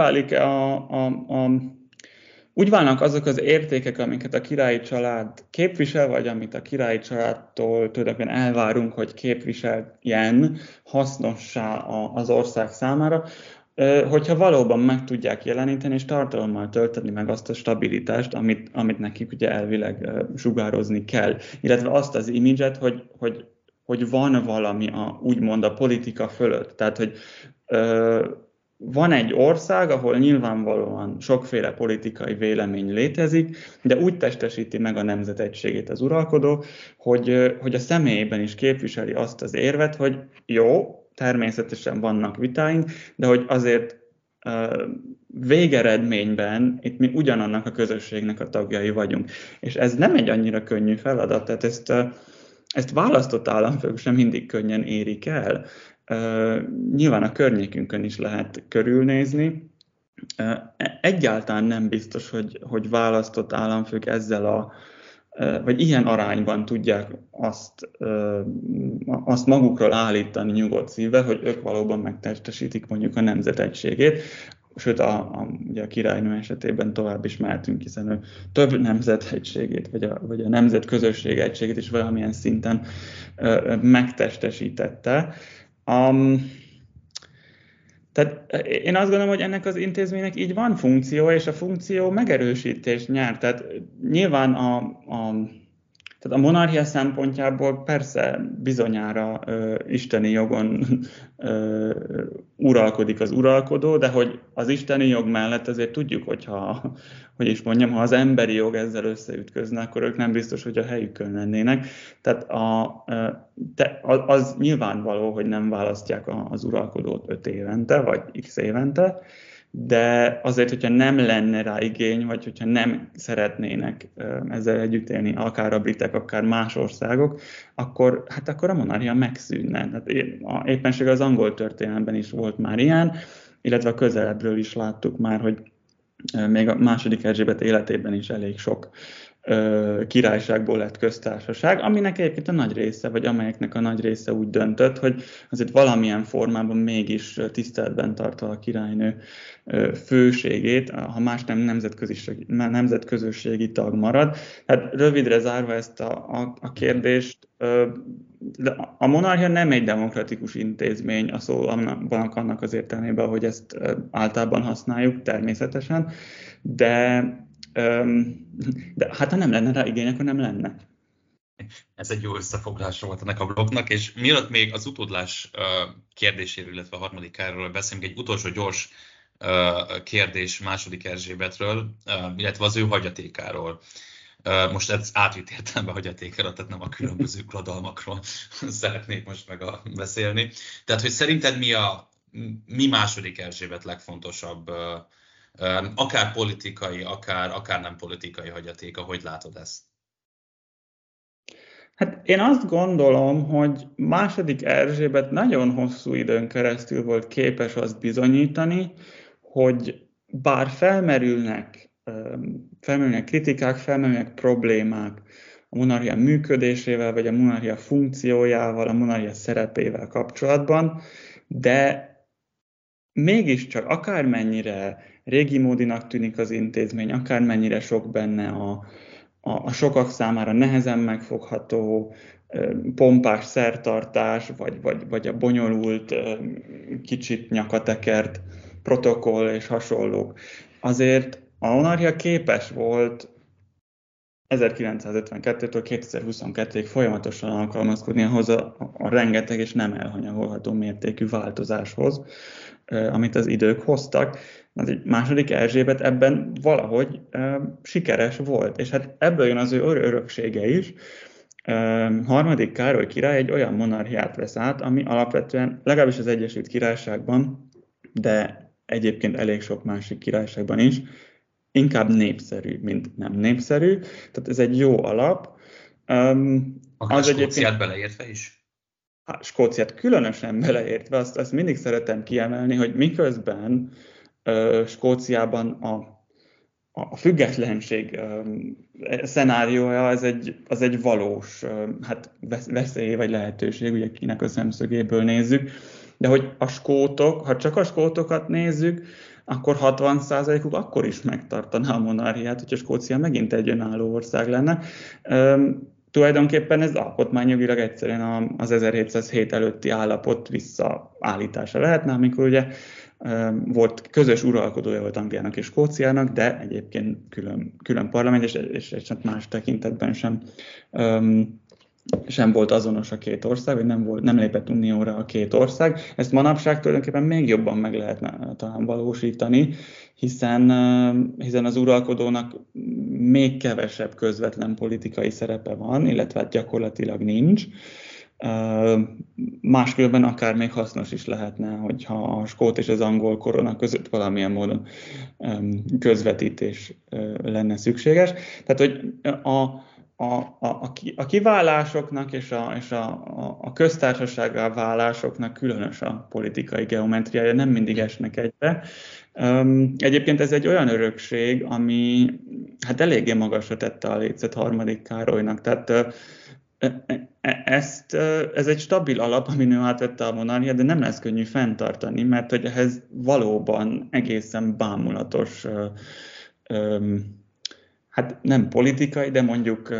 úgy válnak azok az értékek, amiket a királyi család képvisel, vagy amit a királyi családtól tulajdonképpen elvárunk, hogy képviseljen hasznossá az ország számára, hogyha valóban meg tudják jeleníteni és tartalommal tölteni meg azt a stabilitást, amit nekik ugye elvileg sugározni kell, illetve azt az imidzset, hogy van valami úgymond a politika fölött. Tehát, hogy van egy ország, ahol nyilvánvalóan sokféle politikai vélemény létezik, de úgy testesíti meg a nemzet egységét az uralkodó, hogy a személyében is képviseli azt az érvet, hogy jó, természetesen vannak vitáink, de hogy azért végeredményben itt mi ugyanannak a közösségnek a tagjai vagyunk. És ez nem egy annyira könnyű feladat, tehát ezt választott államfők sem mindig könnyen érik el. Nyilván a környékünkön is lehet körülnézni. Egyáltalán nem biztos, hogy választott államfők ezzel vagy ilyen arányban tudják azt magukról állítani nyugodt szívvel, hogy ők valóban megtestesítik mondjuk a nemzet egységét. Sőt, ugye a királynő esetében tovább is mehetünk, hiszen ő több nemzet egységét, vagy a nemzet közösség egységét is valamilyen szinten megtestesítette. Tehát én azt gondolom, hogy ennek az intézménynek így van funkció, és a funkció megerősítést nyer. Tehát nyilván tehát a monarchia szempontjából persze bizonyára isteni jogon uralkodik az uralkodó, de hogy az isteni jog mellett azért tudjuk, ha az emberi jog ezzel összeütközne, akkor ők nem biztos, hogy a helyükön lennének. Tehát az nyilvánvaló, hogy nem választják az uralkodót 5 évente, vagy x évente, de azért, hogyha nem lenne rá igény, vagy hogyha nem szeretnének ezzel együtt élni, akár a britek, akár más országok, akkor a monarchia megszűnne. Hát éppenség az angol történelemben is volt már ilyen, illetve a közelebbről is láttuk már, hogy még a második Erzsébet életében is elég sok királyságból lett köztársaság, aminek egyébként a nagy része, vagy amelyeknek a nagy része úgy döntött, hogy azért valamilyen formában mégis tiszteletben tartva a királynő főségét, ha más nem nemzetközösségi tag marad. Tehát rövidre zárva ezt a kérdést, a monarchia nem egy demokratikus intézmény a szónak annak az értelmében, hogy ezt általában használjuk természetesen, de hát ha nem lenne rá igény, akkor nem lenne. Ez egy jó összefoglalás volt ennek a blokknak, és mielőtt még az utódlás kérdéséről, illetve a harmadik Károlyról beszélünk, egy utolsó gyors kérdés második Erzsébetről, illetve az ő hagyatékáról. Most ez átvitt értelemben hagyatékára, tehát nem a különböző uradalmakról szeretnék most meg beszélni. Tehát, hogy szerinted mi második Erzsébet legfontosabb, akár politikai, akár nem politikai hagyatéka, hogy látod ezt? Hát én azt gondolom, hogy második Erzsébet nagyon hosszú időn keresztül volt képes azt bizonyítani, hogy bár felmerülnek kritikák, felmerülnek problémák a monarchia működésével, vagy a monarchia funkciójával, a monarchia szerepével kapcsolatban, de mégiscsak akármennyire régimódinak tűnik az intézmény, akármennyire sok benne a sokak számára nehezen megfogható, pompás szertartás, vagy a bonyolult, kicsit nyakatekert protokoll és hasonlók. Azért a monarchia képes volt 1952-től 2022-ig folyamatosan alkalmazkodni ahhoz a rengeteg és nem elhanyagolható mértékű változáshoz, amit az idők hoztak. Az egy második Erzsébet ebben valahogy sikeres volt, és hát ebből jön az ő öröksége is. Harmadik Károly király egy olyan monarchiát vesz át, ami alapvetően legalábbis az Egyesült Királyságban, de egyébként elég sok másik királyságban is, inkább népszerű, mint nem népszerű. Tehát ez egy jó alap. Az Skóciát beleértve is? Skóciát különösen beleértve, azt mindig szeretem kiemelni, hogy miközben Skóciában a függetlenség szenáriója az egy valós veszély vagy lehetőség, ugye kinek a szemszögéből nézzük, de hogy a skótok, ha csak a skótokat nézzük, akkor 60%-uk akkor is megtartaná a monarchiát, hogyha Skócia megint egy önálló ország lenne. Tulajdonképpen ez alkotmányjogilag egyszerűen az 1707 előtti állapot visszaállítása lehetne, amikor ugye volt közös uralkodója volt Angliának és Skóciának, de egyébként külön parlament, és más tekintetben sem volt azonos a két ország, vagy nem lépett unióra a két ország. Ezt manapság tulajdonképpen még jobban meg lehetne talán valósítani, hiszen az uralkodónak még kevesebb közvetlen politikai szerepe van, illetve gyakorlatilag nincs. Máskülönben akár még hasznos is lehetne, hogyha a skót és az angol korona között valamilyen módon közvetítés lenne szükséges. Tehát, hogy a kiválásoknak és a köztársasággá válásoknak különös a politikai geometriája, nem mindig esnek egybe. Egyébként ez egy olyan örökség, ami hát eléggé magasra tette a lécet harmadik Károlynak. Tehát ez egy stabil alap, amin ő átvette a monarchiát, de nem lesz könnyű fenntartani, mert hogy ehhez valóban egészen bámulatos, hát nem politikai, de mondjuk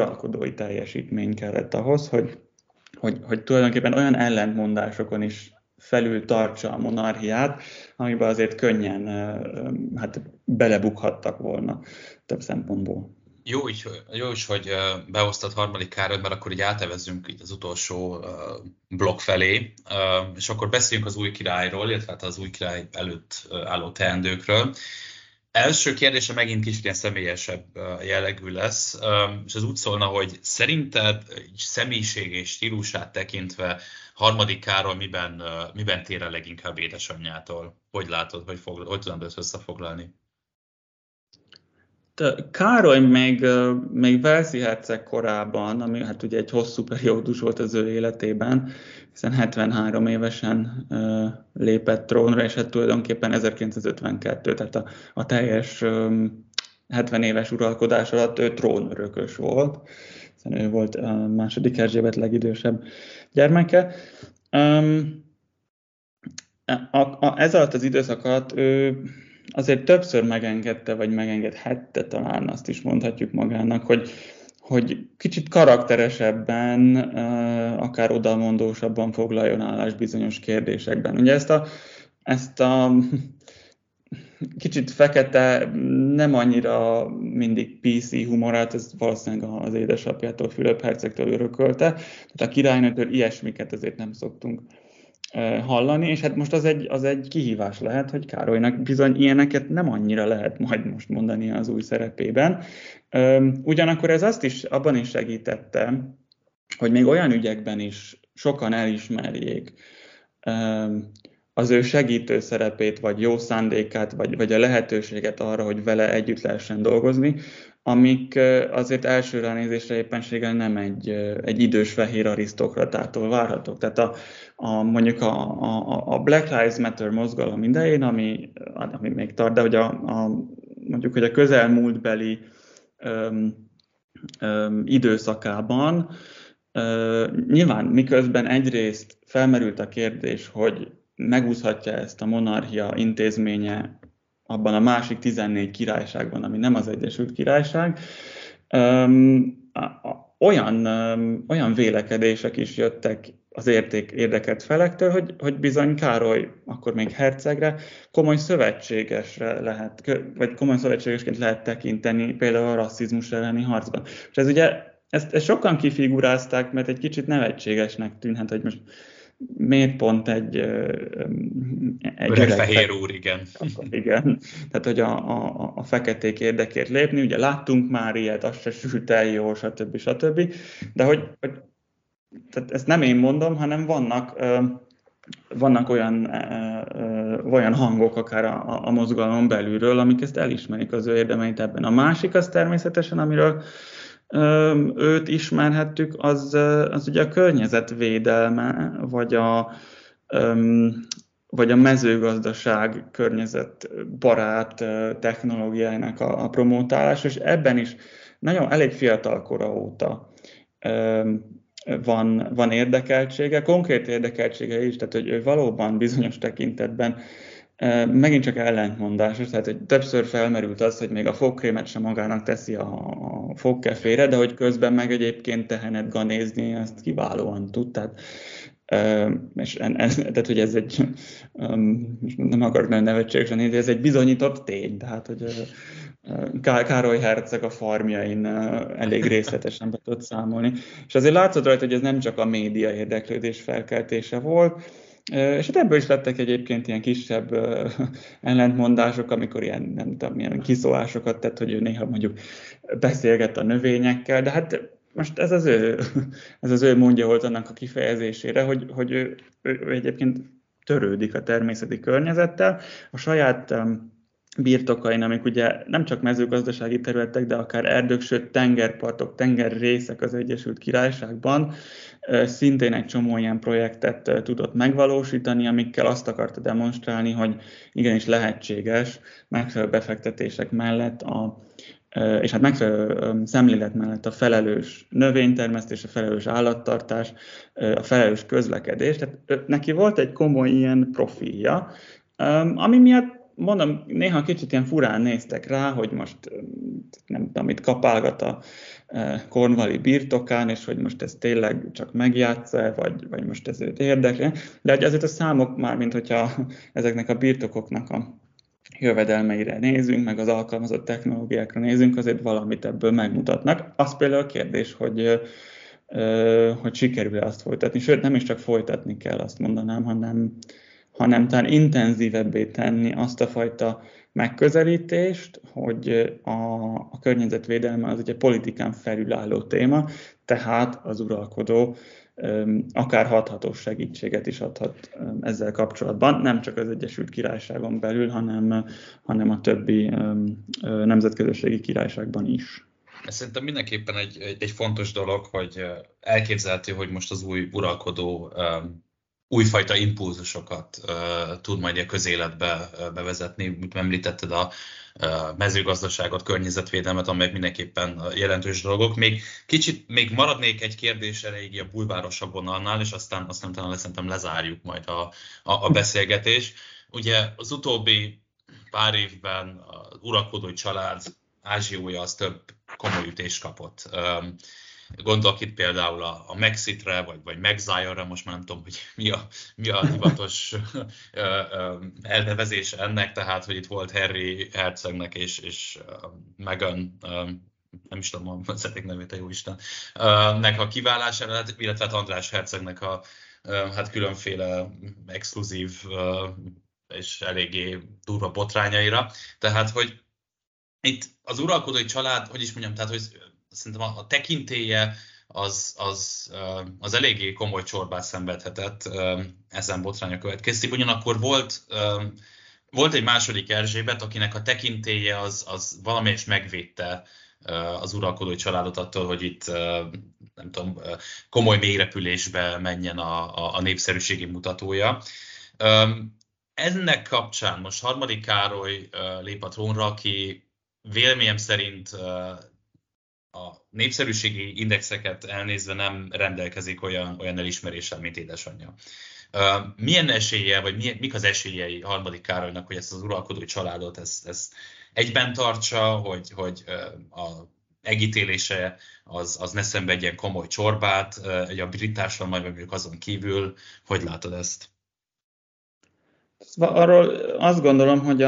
uralkodói teljesítmény kellett ahhoz, hogy tulajdonképpen olyan ellentmondásokon is felül tartsa a monarchiát, amiben azért könnyen belebukhattak volna több szempontból. Jó is, hogy behoztad harmadik Károlyt, mert akkor így átevezzünk így az utolsó blokk felé, és akkor beszéljünk az új királyról, illetve hát az új király előtt álló teendőkről. Első kérdése megint kicsit ilyen személyesebb jellegű lesz, és ez úgy szólna, hogy szerinted személyiség és stílusát tekintve harmadik Károly miben tér el leginkább édesanyjától? Hogy látod, hogy tudom ezt összefoglalni? Károly még Walesi herceg korában, ami hát ugye egy hosszú periódus volt az ő életében, hiszen 73 évesen lépett trónra, és hát tulajdonképpen 1952, tehát a teljes 70 éves uralkodás alatt ő trónörökös volt, hiszen ő volt a második Erzsébet legidősebb gyermeke. Ez alatt az időszak alatt ő azért többször megengedte, vagy megengedhette, talán azt is mondhatjuk magának, hogy kicsit karakteresebben, akár odamondósabban foglaljon állást bizonyos kérdésekben. Ugye ezt a kicsit fekete, nem annyira mindig PC humorát, ez valószínűleg az édesapjától, Fülöp hercegtől örökölte, tehát a királynőtől ilyesmiket azért nem szoktunk hallani, és hát most az egy kihívás lehet, hogy Károlynak bizony ilyeneket nem annyira lehet majd most mondani az új szerepében. Ugyanakkor ez abban is segítette, hogy még olyan ügyekben is sokan elismerjék az ő segítő szerepét, vagy jó szándékát, vagy a lehetőséget arra, hogy vele együtt lehessen dolgozni, amik azért első ránézésre éppenséggel nem egy idős fehér arisztokratától várhatók. Tehát mondjuk a Black Lives Matter mozgalom idején, ami még tart, de hogy mondjuk, hogy a közelmúltbeli időszakában nyilván miközben egyrészt felmerült a kérdés, hogy megúszhatja ezt a monarchia intézménye abban a másik 14 királyságban, ami nem az Egyesült Királyság, olyan vélekedések is jöttek az érdekelt felektől, hogy bizony Károly, akkor még hercegre, komoly szövetségesre lehet, vagy komoly szövetségesként lehet tekinteni például a rasszizmus elleni harcban. És ez ugye, ezt sokan kifigurázták, mert egy kicsit nevetségesnek tűnhet, hogy most miért pont egy öreg fehér úr, igen. Igen, tehát hogy a feketék érdekért lépni, ugye láttunk már ilyet, az se sült el jó, stb. De tehát ezt nem én mondom, hanem vannak olyan hangok akár a mozgalom belülről, amik ezt elismerik az ő érdemeit ebben. A másik az természetesen, amiről őt ismerhettük, az ugye a környezetvédelme, vagy a mezőgazdaság környezetbarát technológiájának a promótálása, és ebben is nagyon elég fiatal kora óta van érdekeltsége, konkrét érdekeltsége is, tehát hogy ő valóban bizonyos tekintetben megint csak ellentmondásos, tehát hogy többször felmerült az, hogy még a fogkrémet sem magának teszi a fogkefére, de hogy közben meg egyébként tehenet ganézni, azt kiválóan tud. Tehát hogy ez egy, nem akarok nagyon nevetségesen nézni, ez egy bizonyított tény, tehát hogy Károly herceg a farmjain elég részletesen be tudott számolni. És azért látszott rajta, hogy ez nem csak a média érdeklődés felkeltése volt, és hát ebből is lettek egyébként ilyen kisebb ellentmondások, amikor ilyen, nem tudom, milyen kiszólásokat tett, hogy ő néha mondjuk beszélget a növényekkel, de hát most ez az ő módja volt annak a kifejezésére, hogy ő egyébként törődik a természeti környezettel, a saját birtokain, amik ugye nem csak mezőgazdasági területek, de akár erdők, sőt tengerpartok, tengerrészek az Egyesült Királyságban, szintén egy csomó ilyen projektet tudott megvalósítani, amikkel azt akarta demonstrálni, hogy igenis lehetséges megfelelő befektetések mellett és hát megfelelő szemlélet mellett a felelős növénytermesztés, a felelős állattartás, a felelős közlekedés. Tehát neki volt egy komoly ilyen profilja, ami miatt mondom, néha kicsit ilyen furán néztek rá, hogy most nem tudom, itt kapálgat Cornwalli birtokán, és hogy most ez tényleg csak megjátsz-e, vagy most ez őt érdekli. De azért a számok már, mint hogyha ezeknek a birtokoknak a jövedelmeire nézünk, meg az alkalmazott technológiákra nézünk, azért valamit ebből megmutatnak. Az például a kérdés, hogy sikerül-e azt folytatni. Sőt, nem is csak folytatni kell, azt mondanám, hanem talán intenzívebbé tenni azt a fajta megközelítést, hogy a környezetvédelme az ugye politikán felülálló téma, tehát az uralkodó akár hathatós segítséget is adhat ezzel kapcsolatban, nem csak az Egyesült Királyságon belül, hanem a többi nemzetközösségi királyságban is. Ez szerintem mindenképpen egy fontos dolog, hogy elképzelhető, hogy most az új uralkodó újfajta impulzusokat tud majd a közéletbe bevezetni. Mint említetted a mezőgazdaságot, környezetvédelmet, amelyek mindenképpen jelentős dolgok. Még maradnék egy kérdés erejéig a bulvárosabb vonalnál, és aztán szerintem lezárjuk majd a beszélgetést. Ugye az utóbbi pár évben az uralkodói család ázsiója az több komoly ütést kapott. Gondolok itt például a Maxitre, vagy Magzire-ra, most már nem tudom, hogy mi a hivatos elnevezés ennek, tehát, hogy itt volt Harry hercegnek és Meghan, nem is tudom, szeretnék nevét, a jóisten, nek a kiválására, illetve András hercegnek a különféle exkluzív és eléggé durva botrányaira. Tehát, hogy itt az uralkodói család, hogy is mondjam, tehát, hogy szerintem a tekintélye az eléggé komoly csorbát szenvedhetett ezen botránya következtében. Ugyanakkor volt egy második Erzsébet, akinek a tekintélye az valamelyes megvédte az uralkodói családot attól, hogy itt nem tudom, komoly mélyrepülésbe menjen a népszerűségi mutatója. Ennek kapcsán most harmadik Károly lép a trónra, aki véleményem szerint a népszerűségi indexeket elnézve nem rendelkezik olyan elismeréssel, mint édesanyja. Milyen esélye, vagy mik az esélyei harmadik Károlynak, hogy ezt az uralkodói családot ezt egyben tartsa, hogy a megítélése az ne szenvedjen komoly csorbát, a brit társadalom, majd mondjuk azon kívül, hogy látod ezt? Arról azt gondolom, hogy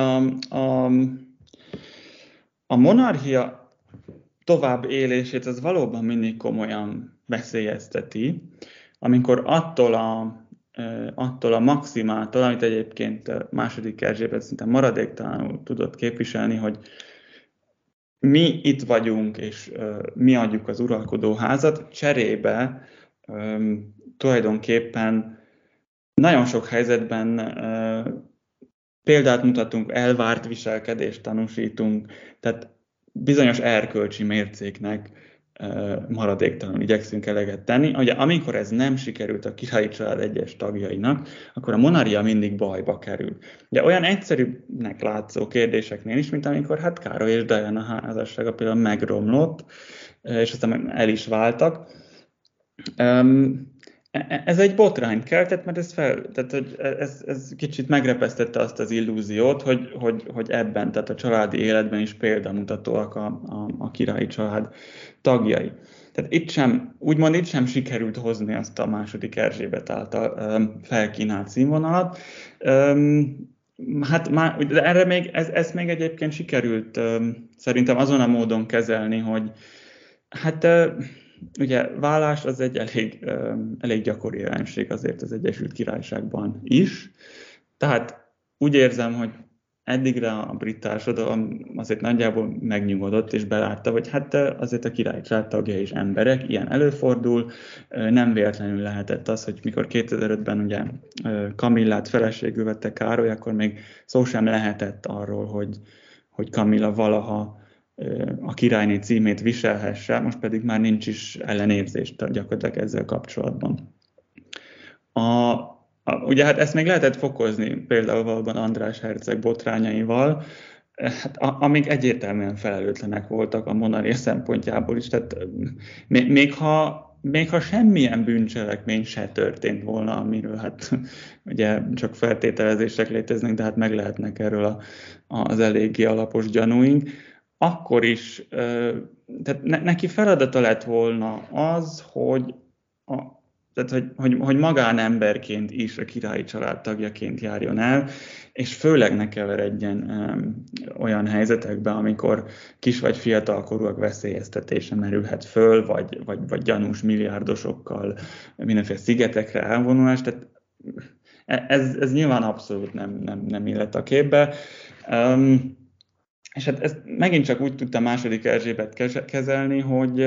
a monarchia tovább élését az valóban mindig komolyan veszélyezteti, amikor attól a maximától, amit egyébként második Erzsébet szinte maradéktalanul tudott képviselni, hogy mi itt vagyunk, és mi adjuk az uralkodó házat, cserébe tulajdonképpen nagyon sok helyzetben példát mutatunk, elvárt viselkedést tanúsítunk, tehát bizonyos erkölcsi mércéknek maradéktalanul igyekszünk eleget tenni. Ugye, amikor ez nem sikerült a királyi család egyes tagjainak, akkor a monarchia mindig bajba kerül. Ugye olyan egyszerűbbnek látszó kérdéseknél is, mint amikor Károly és Diana házassága például megromlott, és aztán el is váltak. Ez egy botrányt keltett, mert ez kicsit megrepesztette azt az illúziót, hogy ebben, tehát a családi életben is példamutatóak a királyi család tagjai. Tehát itt sem sikerült hozni azt a második Erzsébet által felkínált színvonalat. Ezt még egyébként sikerült szerintem azon a módon kezelni, hogy ugye vállás az egy elég gyakori jelenség azért az Egyesült Királyságban is. Tehát úgy érzem, hogy eddigre a brit társadalom azért nagyjából megnyugodott és belátta, hogy azért a királyi család tagjai is emberek, ilyen előfordul. Nem véletlenül lehetett az, hogy mikor 2005-ben ugye Kamillát feleségül vette Károly, akkor még szó sem lehetett arról, hogy Kamilla valaha a királyné címét viselhesse, most pedig már nincs is ellenérzés gyakorlatilag ezzel kapcsolatban. Ugye ezt még lehetett fokozni például valóban András herceg botrányaival, amik egyértelműen felelőtlenek voltak a monarchia szempontjából is. Tehát még ha semmilyen bűncselekmény se történt volna, amiről ugye csak feltételezések léteznek, de meg lehetnek erről az eléggé alapos gyanúink, akkor is, tehát neki feladata lett volna az, hogy magánemberként is a királyi család tagjaként járjon el, és főleg ne keveredjen olyan helyzetekbe, amikor kis vagy fiatalkorúak veszélyeztetése merülhet föl, vagy gyanús milliárdosokkal mindenféle szigetekre elvonulás. Tehát ez nyilván abszolút nem illet a képbe. És hát ezt megint csak úgy tudta második Erzsébet kezelni, hogy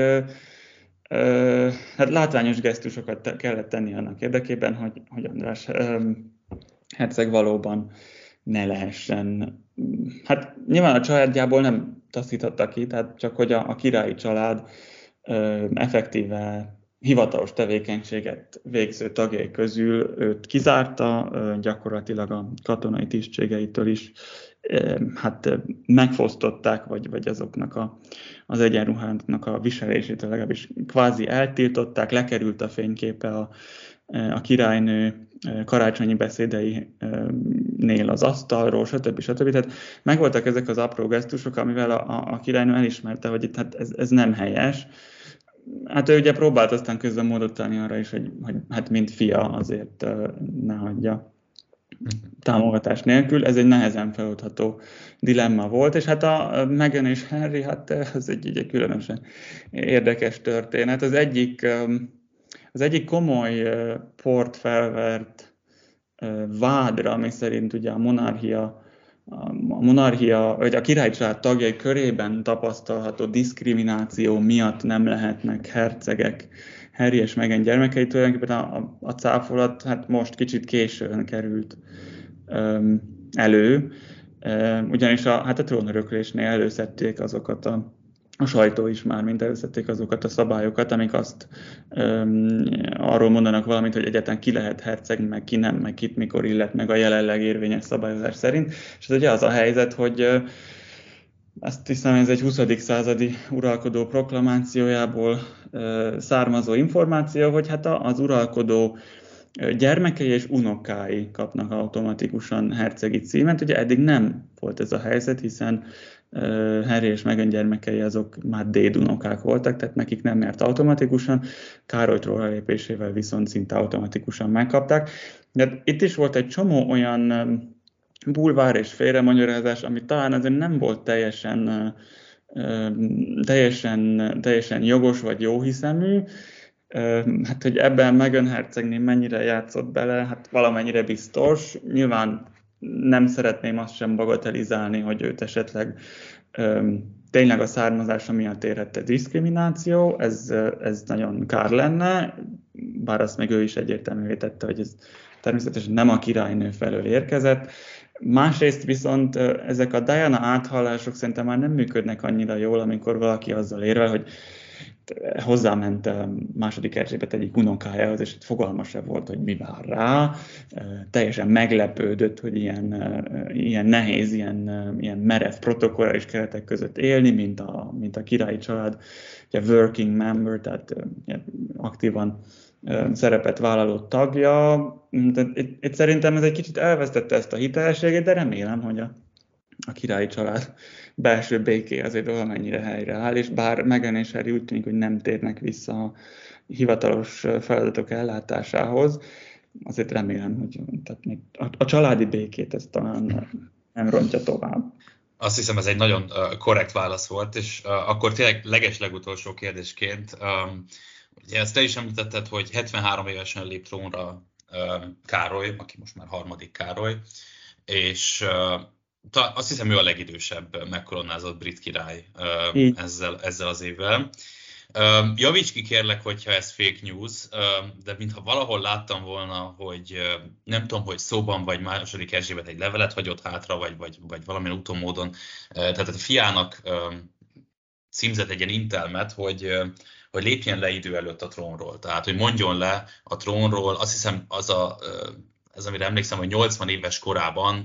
hát látványos gesztusokat kellett tenni annak érdekében, hogy András herceg valóban ne lehessen. Hát nyilván a családjából nem taszíthatta ki, tehát csak hogy a királyi család effektíve hivatalos tevékenységet végző tagjai közül őt kizárta, gyakorlatilag a katonai tisztségeitől is hát megfosztották, vagy azoknak az egyenruhának a viselésétől legalábbis kvázi eltiltották, lekerült a fényképe a királynő karácsonyi beszédeinél az asztalról, stb. Tehát megvoltak ezek az apró gesztusok, amivel a királynő elismerte, hogy itt hát ez nem helyes. Hát ő ugye próbált aztán közben módot találni arra is, hogy hát mint fia azért ne hagyja támogatás nélkül. Ez egy nehezen feloldható dilemma volt, és hát a Meghan és Harry, hát ez egy különösen érdekes történet. Az egyik komoly port felvert vádra, ami szerint ugye a monarchia, vagy a királyi család tagjai körében tapasztalható diszkrimináció miatt nem lehetnek hercegek Harry és Meghan gyermekei. Tulajdonképpen a cáfolat hát most kicsit későn került elő, ugyanis a trónöröklésnél előszedték azokat a sajtó is már, mint előszedték azokat a szabályokat, amik azt arról mondanak valamit, hogy egyáltalán ki lehet herceg, meg ki nem, meg kit mikor illet meg a jelenleg érvényes szabályozás szerint. És ez ugye az a helyzet, hogy azt hiszem, ez egy 20. századi uralkodó proklamációjából származó információ, hogy hát az uralkodó gyermekei és unokái kapnak automatikusan hercegi címet. Ugye eddig nem volt ez a helyzet, hiszen Harry és Meghan gyermekei azok már dédunokák voltak, tehát nekik nem járt automatikusan, Károly trónra lépésével viszont szinte automatikusan megkapták. De itt is volt egy csomó olyan bulvár és félremagyarázás, ami talán azért nem volt teljesen jogos vagy jóhiszemű. Hát, hogy ebben Meghan hercegné mennyire játszott bele, hát valamennyire biztos. Nyilván nem szeretném azt sem bagatelizálni, hogy őt esetleg tényleg a származása miatt érhette diszkrimináció, ez nagyon kár lenne, bár azt meg ő is egyértelművé tette, hogy ez természetesen nem a királynő felől érkezett. Másrészt viszont ezek a Diana áthallások szerintem már nem működnek annyira jól, amikor valaki azzal érvel, hogy hozzáment második Erzsébet egyik unokájához, és fogalma sem volt, hogy mi vár rá. Teljesen meglepődött, hogy ilyen nehéz, ilyen merev protokolláris keretek között élni, mint a királyi család, ugye working member, tehát aktívan szerepet vállaló tagja. Itt szerintem ez egy kicsit elvesztette ezt a hitelességét, de remélem, hogy a királyi család belső béké azért valamennyire helyreáll, és bár Meghan és Harry úgy tűnik, hogy nem térnek vissza a hivatalos feladatok ellátásához, azért remélem, hogy tehát még a családi békét ez talán nem rontja tovább. Azt hiszem, ez egy nagyon korrekt válasz volt, és akkor tényleg legeslegutolsó kérdésként, ugye ezt te is említetted, hogy 73 évesen lép trónra Károly, aki most már harmadik Károly, és azt hiszem, ő a legidősebb megkoronázott brit király ezzel az évvel. Javíts ki kérlek, hogyha ez fake news, de mintha valahol láttam volna, hogy nem tudom, hogy szóban vagy második Erzsébet egy levelet hagyott hátra, vagy valamilyen úton módon, tehát a fiának címzett egy ilyen intelmet, hogy lépjen le idő előtt a trónról. Tehát, hogy mondjon le a trónról, azt hiszem ez amire emlékszem, hogy 80 éves korában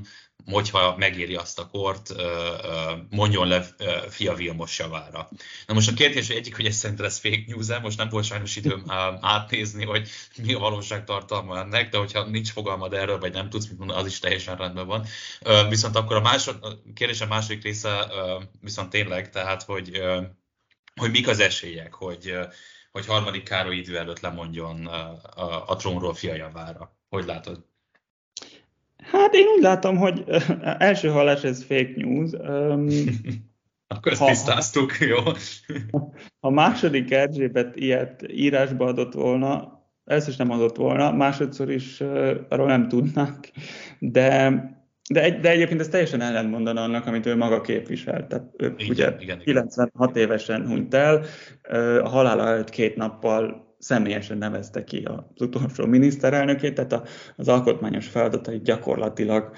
hogyha megéri azt a kort, mondjon le Fia Vilmos javára. Na most a kérdés, hogy egyik, hogy ez szerintem ez fake news-e, most nem volt sajnos időm átnézni, hogy mi a valóságtartalma ennek, de hogyha nincs fogalmad erről, vagy nem tudsz mit mondani, az is teljesen rendben van. Viszont akkor a kérdésem második része viszont tényleg, tehát, hogy mik az esélyek, hogy harmadik Károly idő előtt lemondjon a trónról Fia javára. Hogy látod? Hát én úgy látom, hogy első hallás ez fake news. Akkor ezt tisztáztuk, jó? Ha második Erzsébet ilyet írásba adott volna, először is nem adott volna, másodszor is arról nem tudnánk, de egyébként ez teljesen ellentmondana annak, amit ő maga képviselt. Tehát ő ugye 96 évesen hunyt el, a halála előtt 2 nappal személyesen nevezte ki az utolsó miniszterelnökét, tehát az alkotmányos feladatait gyakorlatilag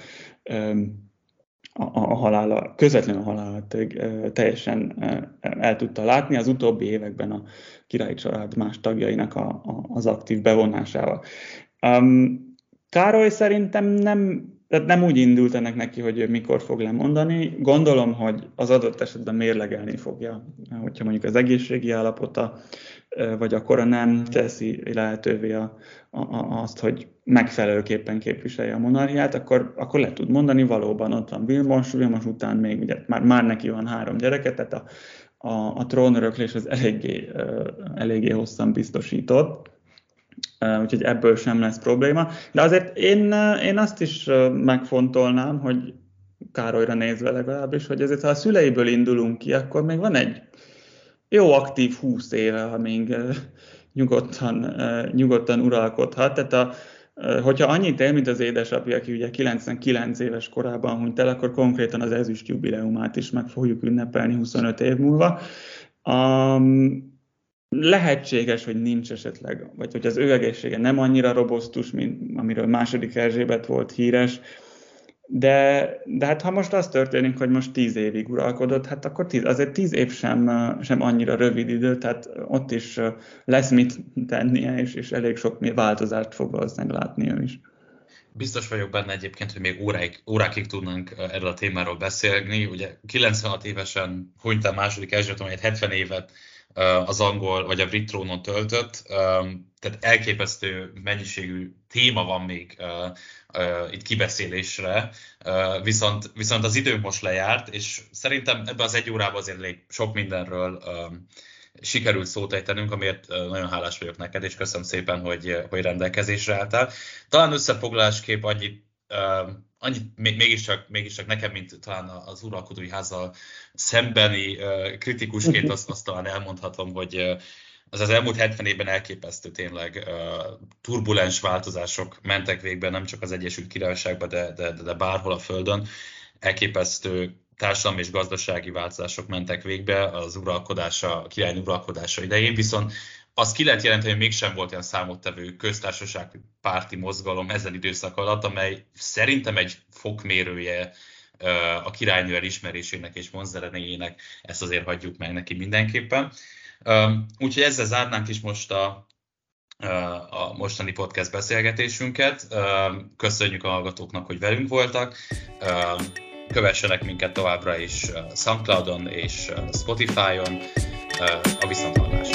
a halála, közvetlenül a halála teljesen el tudta látni az utóbbi években a királyi család más tagjainak az aktív bevonásával. Károly szerintem nem úgy indult ennek neki, hogy ő mikor fog lemondani. Gondolom, hogy az adott esetben mérlegelni fogja, hogyha mondjuk az egészségi állapota, vagy a kora nem teszi lehetővé azt, hogy megfelelőképpen képviselje a monarchiát, akkor le tud mondani, valóban ott van Vilmos után még ugye már neki van 3 gyereke, tehát a trónöröklés az eléggé hosszan biztosított. Úgyhogy ebből sem lesz probléma. De azért én azt is megfontolnám, hogy Károlyra nézve legalábbis, hogy azért ha a szüleiből indulunk ki, akkor még van egy jó aktív 20 éve, amíg nyugodtan uralkodhat. Tehát hogyha annyit él, mint az édesapja, aki ugye 99 éves korában hunyt el, akkor konkrétan az ezüst jubileumát is meg fogjuk ünnepelni 25 év múlva. Lehetséges, hogy nincs esetleg, vagy hogy az ő egészsége nem annyira robosztus, mint amiről második Erzsébet volt híres, de hát ha most az történik, hogy most 10 évig uralkodott, hát akkor azért 10 év sem annyira rövid idő, tehát ott is lesz mit tennie, és elég sok változást fog valószínűleg látni ő is. Biztos vagyok benne egyébként, hogy még órákig tudnánk erről a témáról beszélni. Ugye 96 évesen hunyt el második Erzsébet, amelyet 70 évet az angol vagy a brit trónon töltött, tehát elképesztő mennyiségű téma van még itt kibeszélésre, viszont az időnk most lejárt, és szerintem ebben az 1 órában azért elég sok mindenről sikerült szót ejtenünk, amiért nagyon hálás vagyok neked, és köszönöm szépen, hogy rendelkezésre álltál. Talán összefoglalásképp annyit mégiscsak nekem, mint talán az uralkodói házzal szembeni kritikusként azt talán elmondhatom, hogy az elmúlt 70 évben elképesztő tényleg turbulens változások mentek végbe, nem csak az Egyesült Királyságban, de bárhol a Földön. Elképesztő társadalmi és gazdasági változások mentek végbe a király uralkodása idején, viszont azt ki lehet jelenteni, hogy mégsem volt olyan számottevő köztársasági párti mozgalom ezen időszak alatt, amely szerintem egy fokmérője a királynő elismerésének és vonzerejének, ezt azért hagyjuk meg neki mindenképpen. Úgyhogy ezzel zárnánk is most a mostani podcast beszélgetésünket. Köszönjük a hallgatóknak, hogy velünk voltak. Kövessenek minket továbbra is SoundCloudon és Spotify-on. A viszonthallásra!